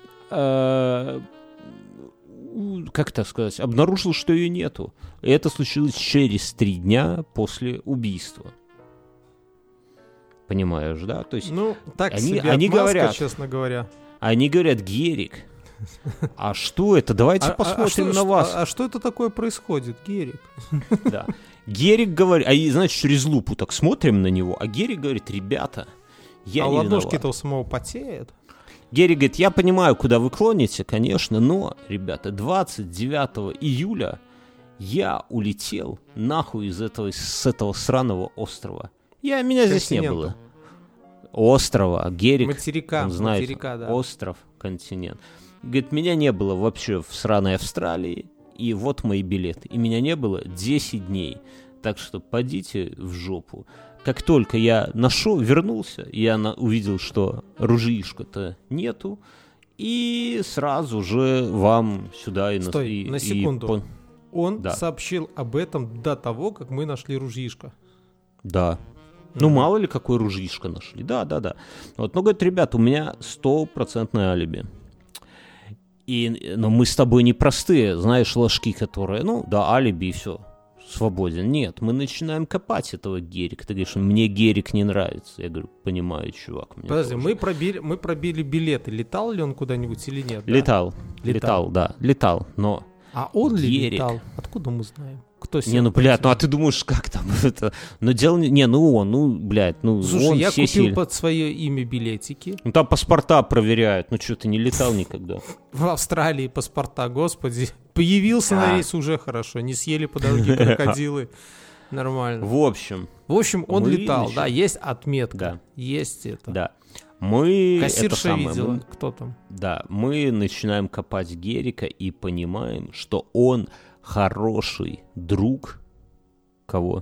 как так сказать, обнаружил, что ее нету. И это случилось через 3 дня после убийства. Понимаешь, да? То есть ну, так они отмазка, говорят, честно говоря. Они говорят: Герик, а что это? Давайте посмотрим на вас. А что это такое происходит, Герик? Да. Герик говорит, значит, через лупу так смотрим на него, а Герик говорит: ребята, я не виноват. А ладошки-то у самого потеют. Герик говорит: я понимаю, куда вы клоните, конечно, но, ребята, 29 июля я улетел нахуй с этого сраного острова. Меня здесь не было. Острова, Герик, материка, он знает, материка, да. Остров, континент. Говорит, меня не было вообще в сраной Австралии, и вот мои билеты. И меня не было 10 дней. Так что подите в жопу. Как только я вернулся, я увидел, что ружьишка-то нету, и сразу же вам сюда и... Стой, на секунду. Он сообщил об этом до того, как мы нашли ружьишко. Да. Ну, мало ли, какой ружьишко нашли. Да. Вот, говорит, ребят, у меня 100% алиби. Но мы с тобой не простые, знаешь, ложки, которые, алиби и все, свободен. Нет, мы начинаем копать этого Герика. Ты говоришь, мне Герик не нравится. Я говорю, понимаю, чувак. Подожди, мы пробили билеты. Летал ли он куда-нибудь или нет? Летал, но... А он ли летал? Откуда мы знаем? Кто а ты думаешь, как там это? Но дело Слушай, он я купил под свое имя билетики. Там паспорта проверяют, что ты не летал никогда. В Австралии паспорта, господи. Появился на рейс уже хорошо, не съели по дороге крокодилы. Нормально. В общем, он летал, да, есть отметка, есть это. Да. Кассирша видела, кто там. Да, мы начинаем копать Герика и понимаем, что он хороший друг. Кого?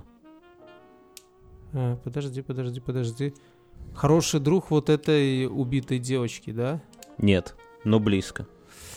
Подожди. Хороший друг вот этой убитой девочки, да? Нет, но близко.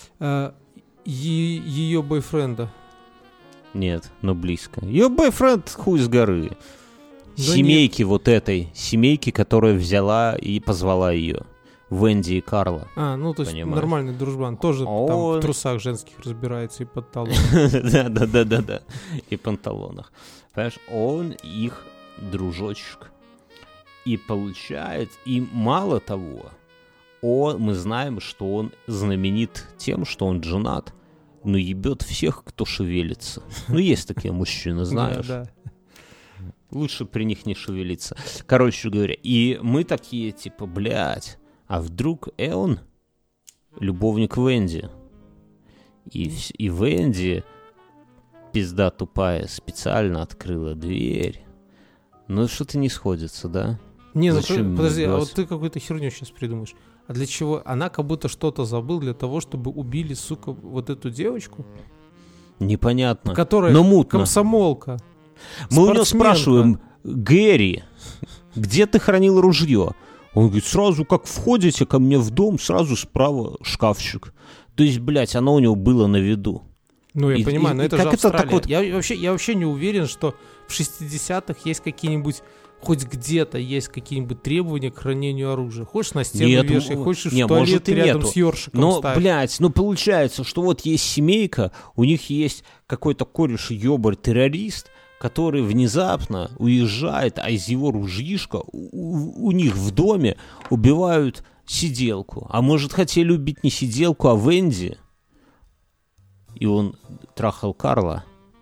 Ее бойфренда. Нет, но близко. Ее бойфренд хуй с горы. Семейки вот этой, которая взяла и позвала ее. Венди и Карла. То есть нормальный дружбан. Тоже там в трусах женских разбирается и панталонах. Да. И панталонах. Понимаешь, он их дружочек. И получает, и мало того, мы знаем, что он знаменит тем, что он женат, но ебет всех, кто шевелится. Есть такие мужчины, знаешь. Да. Лучше при них не шевелиться. Короче говоря, и мы такие, блядь, а вдруг он любовник Венди? И Венди, пизда тупая, специально открыла дверь. Что-то не сходится, да? Подожди, а вот ты какую-то херню сейчас придумаешь. А для чего? Она как будто что-то забыл для того, чтобы убили, сука, вот эту девочку? Непонятно. Которая комсомолка. Мы у него спрашиваем: Гэри, где ты хранил ружье? Он говорит: сразу как входите ко мне в дом, сразу справа шкафчик. То есть, блядь, оно у него было на виду. Я понимаю, но это же Австралия. Я вообще не уверен, что в 60-х есть какие-нибудь, хоть где-то есть какие-нибудь требования к хранению оружия. Хочешь на стену вешай, хочешь в туалет рядом с ёршиком ставь. Блядь, получается, что вот есть семейка, у них есть какой-то кореш-ёбарь-террорист, который внезапно уезжает, а из его ружьишка у них в доме убивают сиделку. А может, хотели убить не сиделку, а Венди? И он трахал Карла.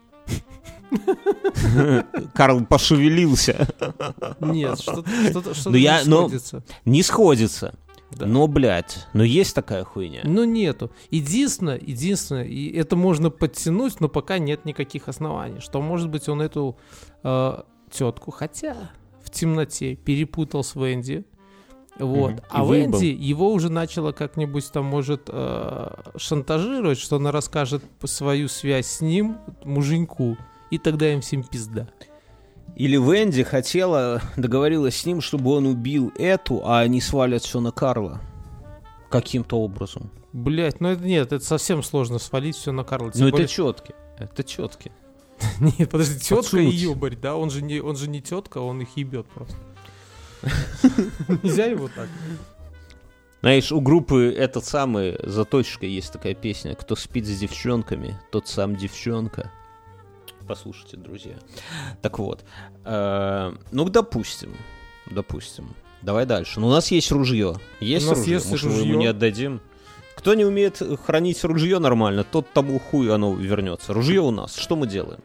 Карл пошевелился. Нет, что-то не сходится. Не сходится. Да. Блядь, есть такая хуйня. Нету. Единственное, и это можно подтянуть, но пока нет никаких оснований, что, может быть, он эту тетку, хотя в темноте перепутал с Венди, Вот. А Венди его уже начала как-нибудь там, может, шантажировать, что она расскажет свою связь с ним, муженьку, и тогда им всем пизда. Или Венди договорилась с ним, чтобы он убил эту, а они свалят все на Карла. Каким-то образом. Блять, это совсем сложно свалить все на Карла. Это четки. Нет, подожди, тетка и ёбарь, да? Он же не тетка, он их ебет просто. Нельзя его так. Знаешь, у группы этот самый «Заточка» есть такая песня: «Кто спит с девчонками, тот сам девчонка». Послушайте, друзья. Так вот, допустим. Давай дальше. У нас есть ружье. Может, мы ему не отдадим? Кто не умеет хранить ружье нормально, тот тому хуй оно вернется. Ружье у нас. Что мы делаем?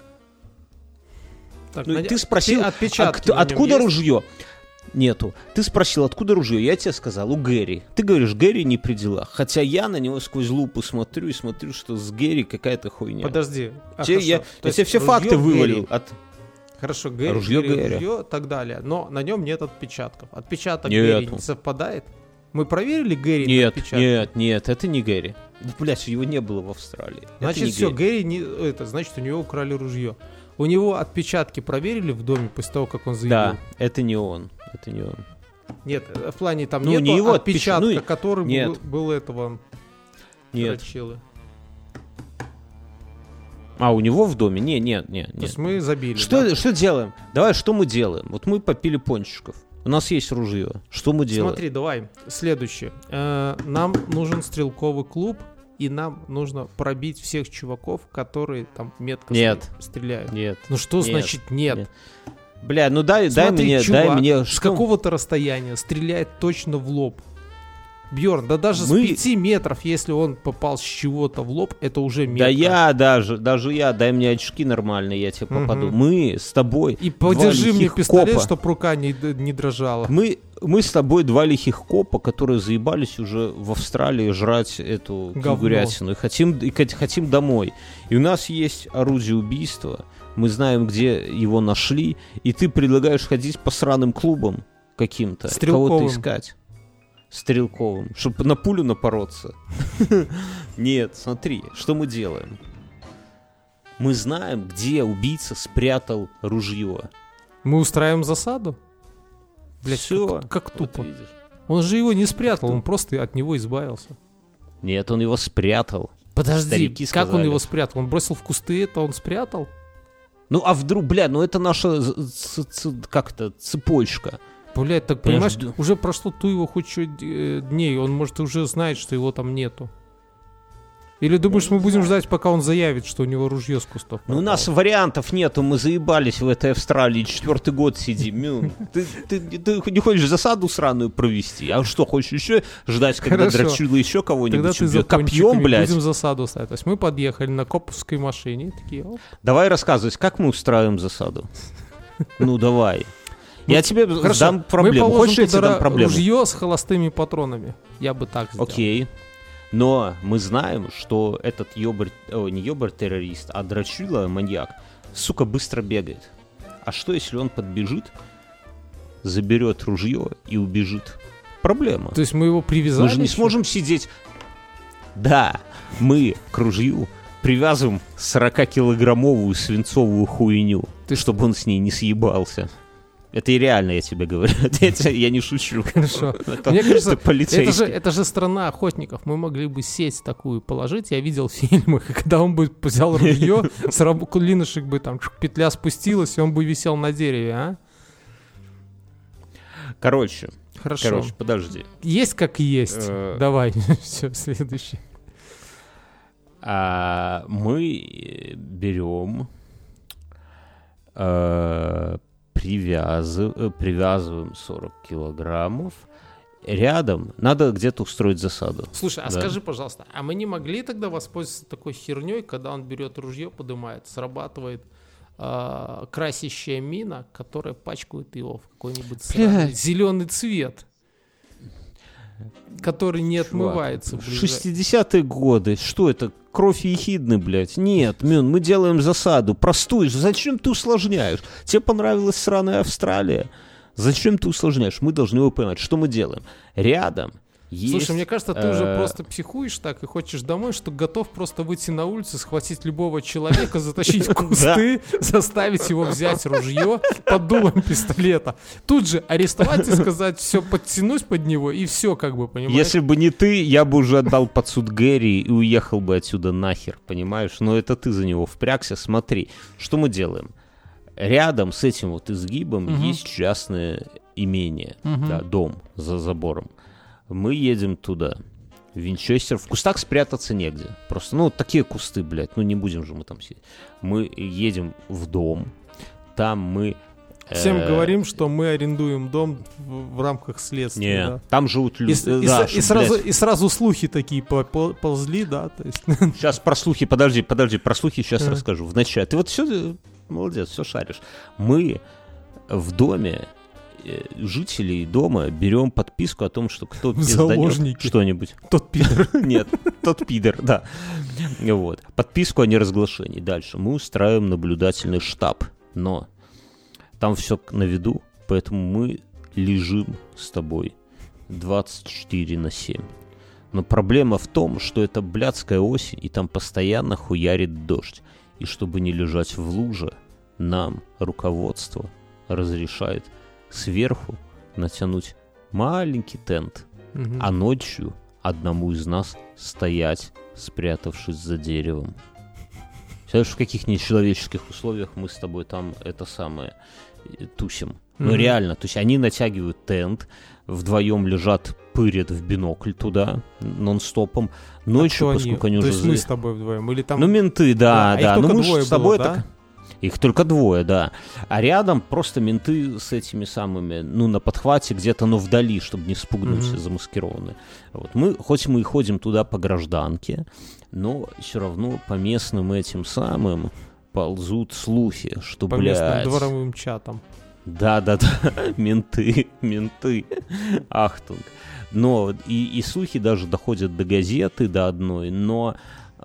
Так, ты спросил, откуда ружье? Нету. Ты спросил, откуда ружье? Я тебе сказал, у Гэри. Ты говоришь, Гэри не при делах. Хотя я на него сквозь лупу смотрю, что с Гэри какая-то хуйня. Подожди. Я тебе все факты вывалил. Хорошо, Гэри, ружье и так далее. Но на нем нет отпечатков. Отпечаток Гэри не совпадает? Мы проверили Гэри на отпечатки? Нет, это не Гэри. Блять, его не было в Австралии. Значит, все, Гэри значит, у него украли ружье. У него отпечатки проверили в доме после того, как он заявил? Да, это не он. Нет, в плане там нету не его отпечатка, который был этого Дрочилы. А, у него в доме? Нет. То есть мы забили. Что делаем? Давай, что мы делаем? Вот мы попили пончиков. У нас есть ружье. Что мы делаем? Смотри, давай. Следующее. Нам нужен стрелковый клуб, и нам нужно пробить всех чуваков, которые там метко стреляют. Нет. Ну что значит нет? Бля, дай мне. С какого-то расстояния стреляет точно в лоб. Бьерн, да даже с 5 метров, если он попал с чего-то в лоб, это уже метко. Да я даже я, дай мне очки нормальные, я тебе попаду. Мы с тобой. И подержи мне пистолет, чтоб рука не дрожала. Мы с тобой 2 лихих копа, которые заебались уже в Австралии жрать эту кенгурятину. И хотим домой. И у нас есть орудие убийства. Мы знаем, где его нашли. И ты предлагаешь ходить по сраным клубам каким-то. Кого-то искать. Стрелковым, чтобы на пулю напороться. Нет, смотри, что мы делаем. Мы знаем, где убийца спрятал ружье. Мы устраиваем засаду? Блять, все. Как тупо. Вот он же его не спрятал, он просто от него избавился. Нет, он его спрятал. Подожди, как он его спрятал? Он бросил в кусты, это он спрятал? Ну а вдруг, это наша цепочка. Блять, так понимаешь, уже прошло его хоть чуть дней, он может уже знает, что его там нету. Или думаешь, мы будем ждать, пока он заявит, что у него ружье с кустов пропало? Ну у нас вариантов нету, мы заебались в этой Австралии, 4-й год сидим. Ты не хочешь засаду сраную провести? А что, хочешь еще ждать, когда Дрочила еще кого-нибудь убьет? Копьем, блядь? Будем засаду ставить. То есть мы подъехали на коповской машине, такие... Давай рассказывай, как мы устраиваем засаду? Ну давай. Я тебе дам проблему. Хочешь, я тебе дам проблему? Ружье с холостыми патронами. Я бы так сделал. Окей. Но мы знаем, что этот террорист, а Дрочила, маньяк, сука, быстро бегает. А что, если он подбежит, заберет ружье и убежит? Проблема. То есть мы его привязали? Мы же не сможем сидеть... Да, мы к ружью привязываем 40-килограммовую свинцовую хуйню, чтобы он с ней не съебался. Это и реально, я тебе говорю. Я не шучу. Хорошо. Мне кажется, это же страна охотников. Мы могли бы сеть такую положить. Я видел в фильмах, когда он бы взял ружье, с клинышек бы там петля спустилась, и он бы висел на дереве, а? Короче, хорошо. Подожди. Есть как есть. Давай. Все, следующий. Мы берем... привязываем 40 килограммов. Рядом надо где-то устроить засаду. Слушай, скажи, пожалуйста, а мы не могли тогда воспользоваться такой херней, когда он берет ружье, поднимает, срабатывает красящая мина, которая пачкает его в какой-нибудь зеленый цвет, который не отмывается. 60-е годы. Что это? Кровь ехидны, блядь. Нет, мы делаем засаду. Простую. Зачем ты усложняешь? Тебе понравилась сраная Австралия? Зачем ты усложняешь? Мы должны его понимать. Что мы делаем? Рядом есть... Слушай, мне кажется, ты уже просто психуешь так и хочешь домой, что готов просто выйти на улицу, схватить любого человека, затащить в кусты, заставить его взять ружье под дулом пистолета. Тут же арестовать и сказать, все, подтянусь под него, и все, как бы, понимаешь? Если бы не ты, я бы уже отдал под суд Гэри и уехал бы отсюда нахер, понимаешь? Но это ты за него впрягся. Смотри, что мы делаем? Рядом с этим вот изгибом есть частное имение, да, дом за забором. Мы едем туда, в Винчестер. В кустах спрятаться негде. Просто, ну, такие кусты, блядь, ну не будем же мы там сидеть. Мы едем в дом, там мы... Всем говорим, что мы арендуем дом в рамках следствия. Не, да? Там живут люди. И сразу слухи такие ползли, да? То есть... Сейчас про слухи, подожди, про слухи сейчас расскажу. Вначале. Ты вот все, молодец, все шаришь. Мы в доме жителей дома берем подписку о том, что кто пизданет что-нибудь. Тот пидор. Нет, тот пидор, да. Вот. Подписку о неразглашении. Дальше. Мы устраиваем наблюдательный штаб. Но там все на виду, поэтому мы лежим с тобой 24/7. Но проблема в том, что это блядская осень, и там постоянно хуярит дождь. И чтобы не лежать в луже, нам руководство разрешает сверху натянуть маленький тент, а ночью одному из нас стоять, спрятавшись за деревом. Знаешь, в каких нечеловеческих условиях мы с тобой там это самое тусим. Ну реально, то есть они натягивают тент, вдвоем лежат, пырят в бинокль туда нон-стопом. Ночью, поскольку они уже... То есть мы с тобой вдвоем? Или там... Ну менты, да. Ну мы же с тобой было, да? так... Их только двое, да. А рядом просто менты с этими самыми, ну, на подхвате где-то, но вдали, чтобы не спугнуть, замаскированные. Вот. Хоть мы и ходим туда по гражданке, но все равно по местным этим самым ползут слухи, что, по блядь... местным дворовым чатам. Да, менты. Ахтунг. Но и слухи даже доходят до газеты, до одной, но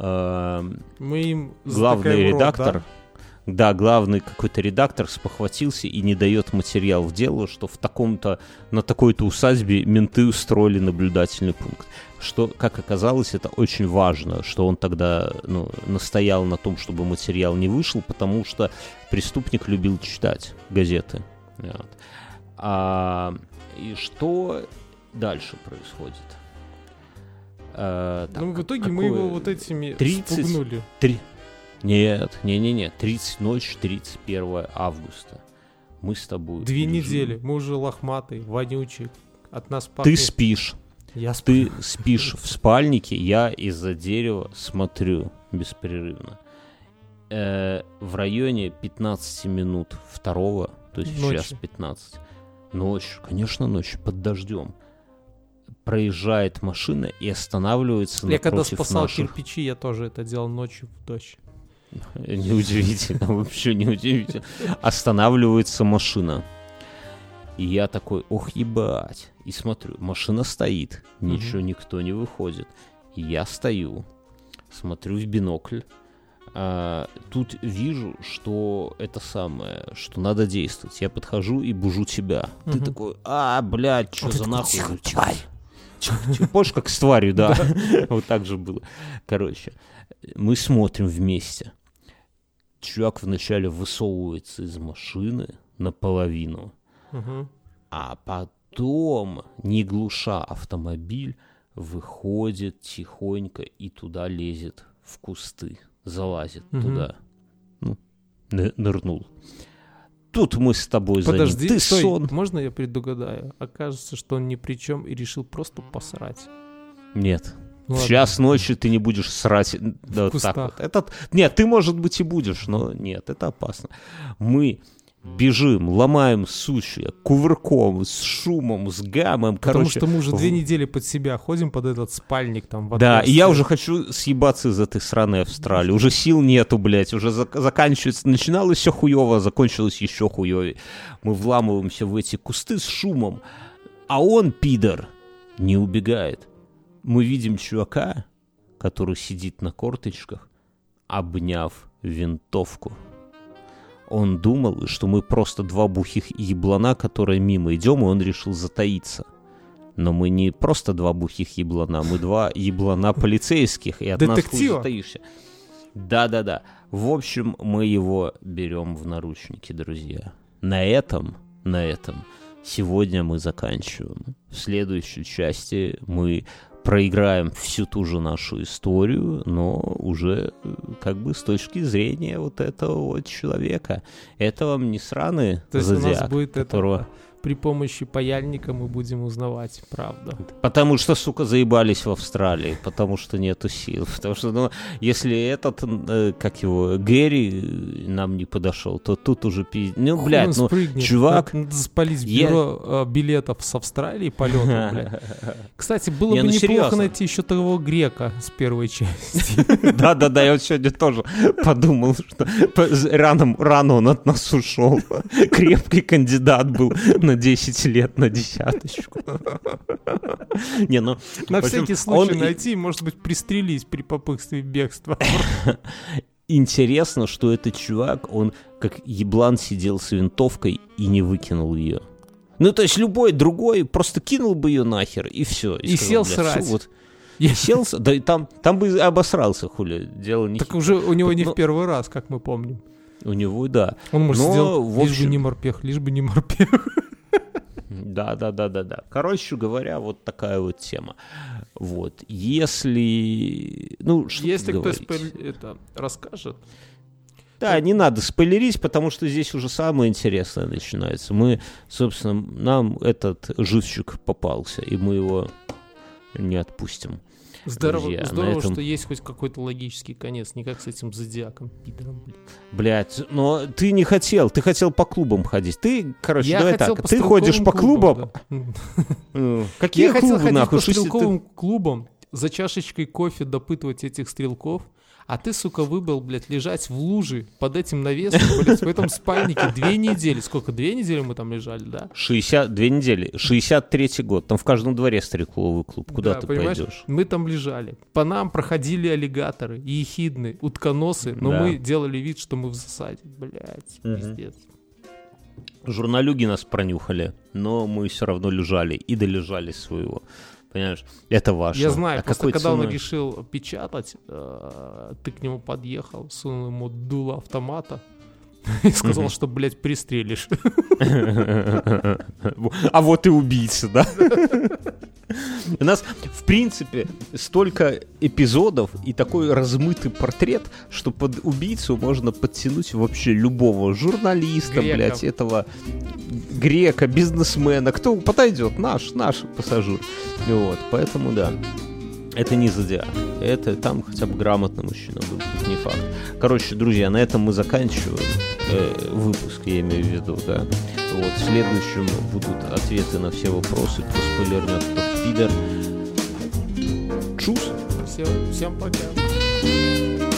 мы им главный редактор... Да? Да, главный какой-то редактор спохватился и не дает материал в дело, что в таком-то, на такой-то усадьбе менты устроили наблюдательный пункт. Что, как оказалось, это очень важно, что он тогда настоял на том, чтобы материал не вышел, потому что преступник любил читать газеты. Вот. И что дальше происходит? В итоге мы его вот этими спугнули. Нет. 31 августа. Мы с тобой 2 недели. Мы уже лохматые, вонючие. От нас пахнет... Ты спишь. Ты спишь в спальнике, я из-за дерева смотрю беспрерывно. В районе 15 минут 2-го, то есть ночью. Сейчас 15. Ночью, конечно, ночью, под дождем. Проезжает машина и останавливается напротив наших. Я когда спасал наших... кирпичи, я тоже это делал ночью в дождь. Неудивительно, вообще неудивительно. Останавливается машина. И я такой, ох, ебать. И смотрю, машина стоит, ничего, никто не выходит. И я стою, смотрю в бинокль. Тут вижу, что это самое, что надо действовать. Я подхожу и бужу тебя. Ты такой, блядь, что за нахуй? Помнишь, как с тварью, да? Вот так же было. Короче, мы смотрим вместе. Чувак вначале высовывается из машины наполовину, а потом, не глуша автомобиль, выходит тихонько и туда лезет в кусты, залазит туда. Нырнул. Тут мы с тобой за ним. Подожди, стой, можно я предугадаю? Окажется, что он ни при чем и решил просто посрать. Нет. Ладно. Сейчас ночью ты не будешь срать да, вот так вот. Нет, ты, может быть, и будешь, но нет, это опасно. Мы бежим, ломаем сучья, кувырком, с шумом, с гамом. Потому что мы уже 2 недели под себя ходим, под этот спальник там. Да, и я уже хочу съебаться из этой сраной Австралии. Уже сил нету, блядь, уже заканчивается. Начиналось все хуево, закончилось еще хуевее. Мы вламываемся в эти кусты с шумом, а он, пидор, не убегает. Мы видим чувака, который сидит на корточках, обняв винтовку. он думал, что мы просто два бухих еблана, которые мимо идем, и он решил затаиться. Но мы не просто два бухих еблана, мы два еблана полицейских, и от нас хуй затаишься. Да-да-да. В общем, мы его берем в наручники, друзья. На этом сегодня мы заканчиваем. В следующей части мы проиграем всю ту же нашу историю, но уже как бы с точки зрения вот этого вот человека. Это вам не сраный зодиак, у нас будет которого... При помощи паяльника мы будем узнавать правду. Потому что, сука, заебались в Австралии, потому что нету сил. Потому что, ну, если этот, как его, Гэри нам не подошел, то тут уже ну, блядь, ну, спрыгнет. Чувак... Надо спалить бюро билетов с Австралии полетов, блядь. Кстати, было бы неплохо найти еще того грека с первой части. Да-да-да, я вот сегодня тоже подумал, что рано он от нас ушел. Крепкий кандидат был на 10 лет, на десяточку. Не, ну, на всякий случай найти, может быть, пристрелись при попытке бегства. Интересно, что этот чувак, он как еблан сидел с винтовкой и не выкинул ее. Ну, то есть любой другой просто кинул бы ее нахер, и все. И сказал, сел срать. Вот. И сел, да и там бы обосрался, хули. Дело не... Так уже у него не в первый раз, как мы помним. У него, да. Он, может, сидел, лишь бы не морпех, лишь бы не морпех. Да. Короче говоря, вот такая вот тема. Вот. Если... Ну, что если кто-то это расскажет... Да, не надо спойлерить, потому что здесь уже самое интересное начинается. Мы, собственно, нам этот живчик попался, и мы его не отпустим. Здорово, этом... что есть хоть какой-то логический конец, не как с этим зодиаком, пидором, блин. Блядь, но ты не хотел, ты хотел по клубам ходить. Ты, короче, давай так, ты ходишь по клубам? Какие клубы, нахуй? Я хотел ходить по стрелковым клубам, за чашечкой кофе допытывать этих стрелков, а ты, сука, выбрал, блядь, лежать в луже под этим навесом, блядь, в этом спальнике 2 недели. Сколько, 2 недели мы там лежали, да? 2 недели, 63-й год. Там в каждом дворе стрелковый клуб. Куда ты пойдешь? Мы там лежали. По нам проходили аллигаторы, ехидны, утконосы, но мы делали вид, что мы в засаде. Блядь, пиздец. Журналюги нас пронюхали, но мы все равно лежали и долежали своего. Понимаешь, это ваше. Я знаю, просто когда он решил печатать, ты к нему подъехал, сунул ему дуло автомата и сказал, что, блядь, пристрелишь. А вот и убийца, да? У нас, в принципе, столько эпизодов и такой размытый портрет, что под убийцу можно подтянуть вообще любого журналиста, блядь, этого грека, бизнесмена, кто подойдет, наш пассажир. Вот, поэтому да. Это не зодиак. Это там хотя бы грамотный мужчина был, тут не факт. Короче, друзья, на этом мы заканчиваем выпуск, я имею в виду, да. Вот, в следующем будут ответы на все вопросы, кто спойлернет, кто пидор. Чус! Всем пока!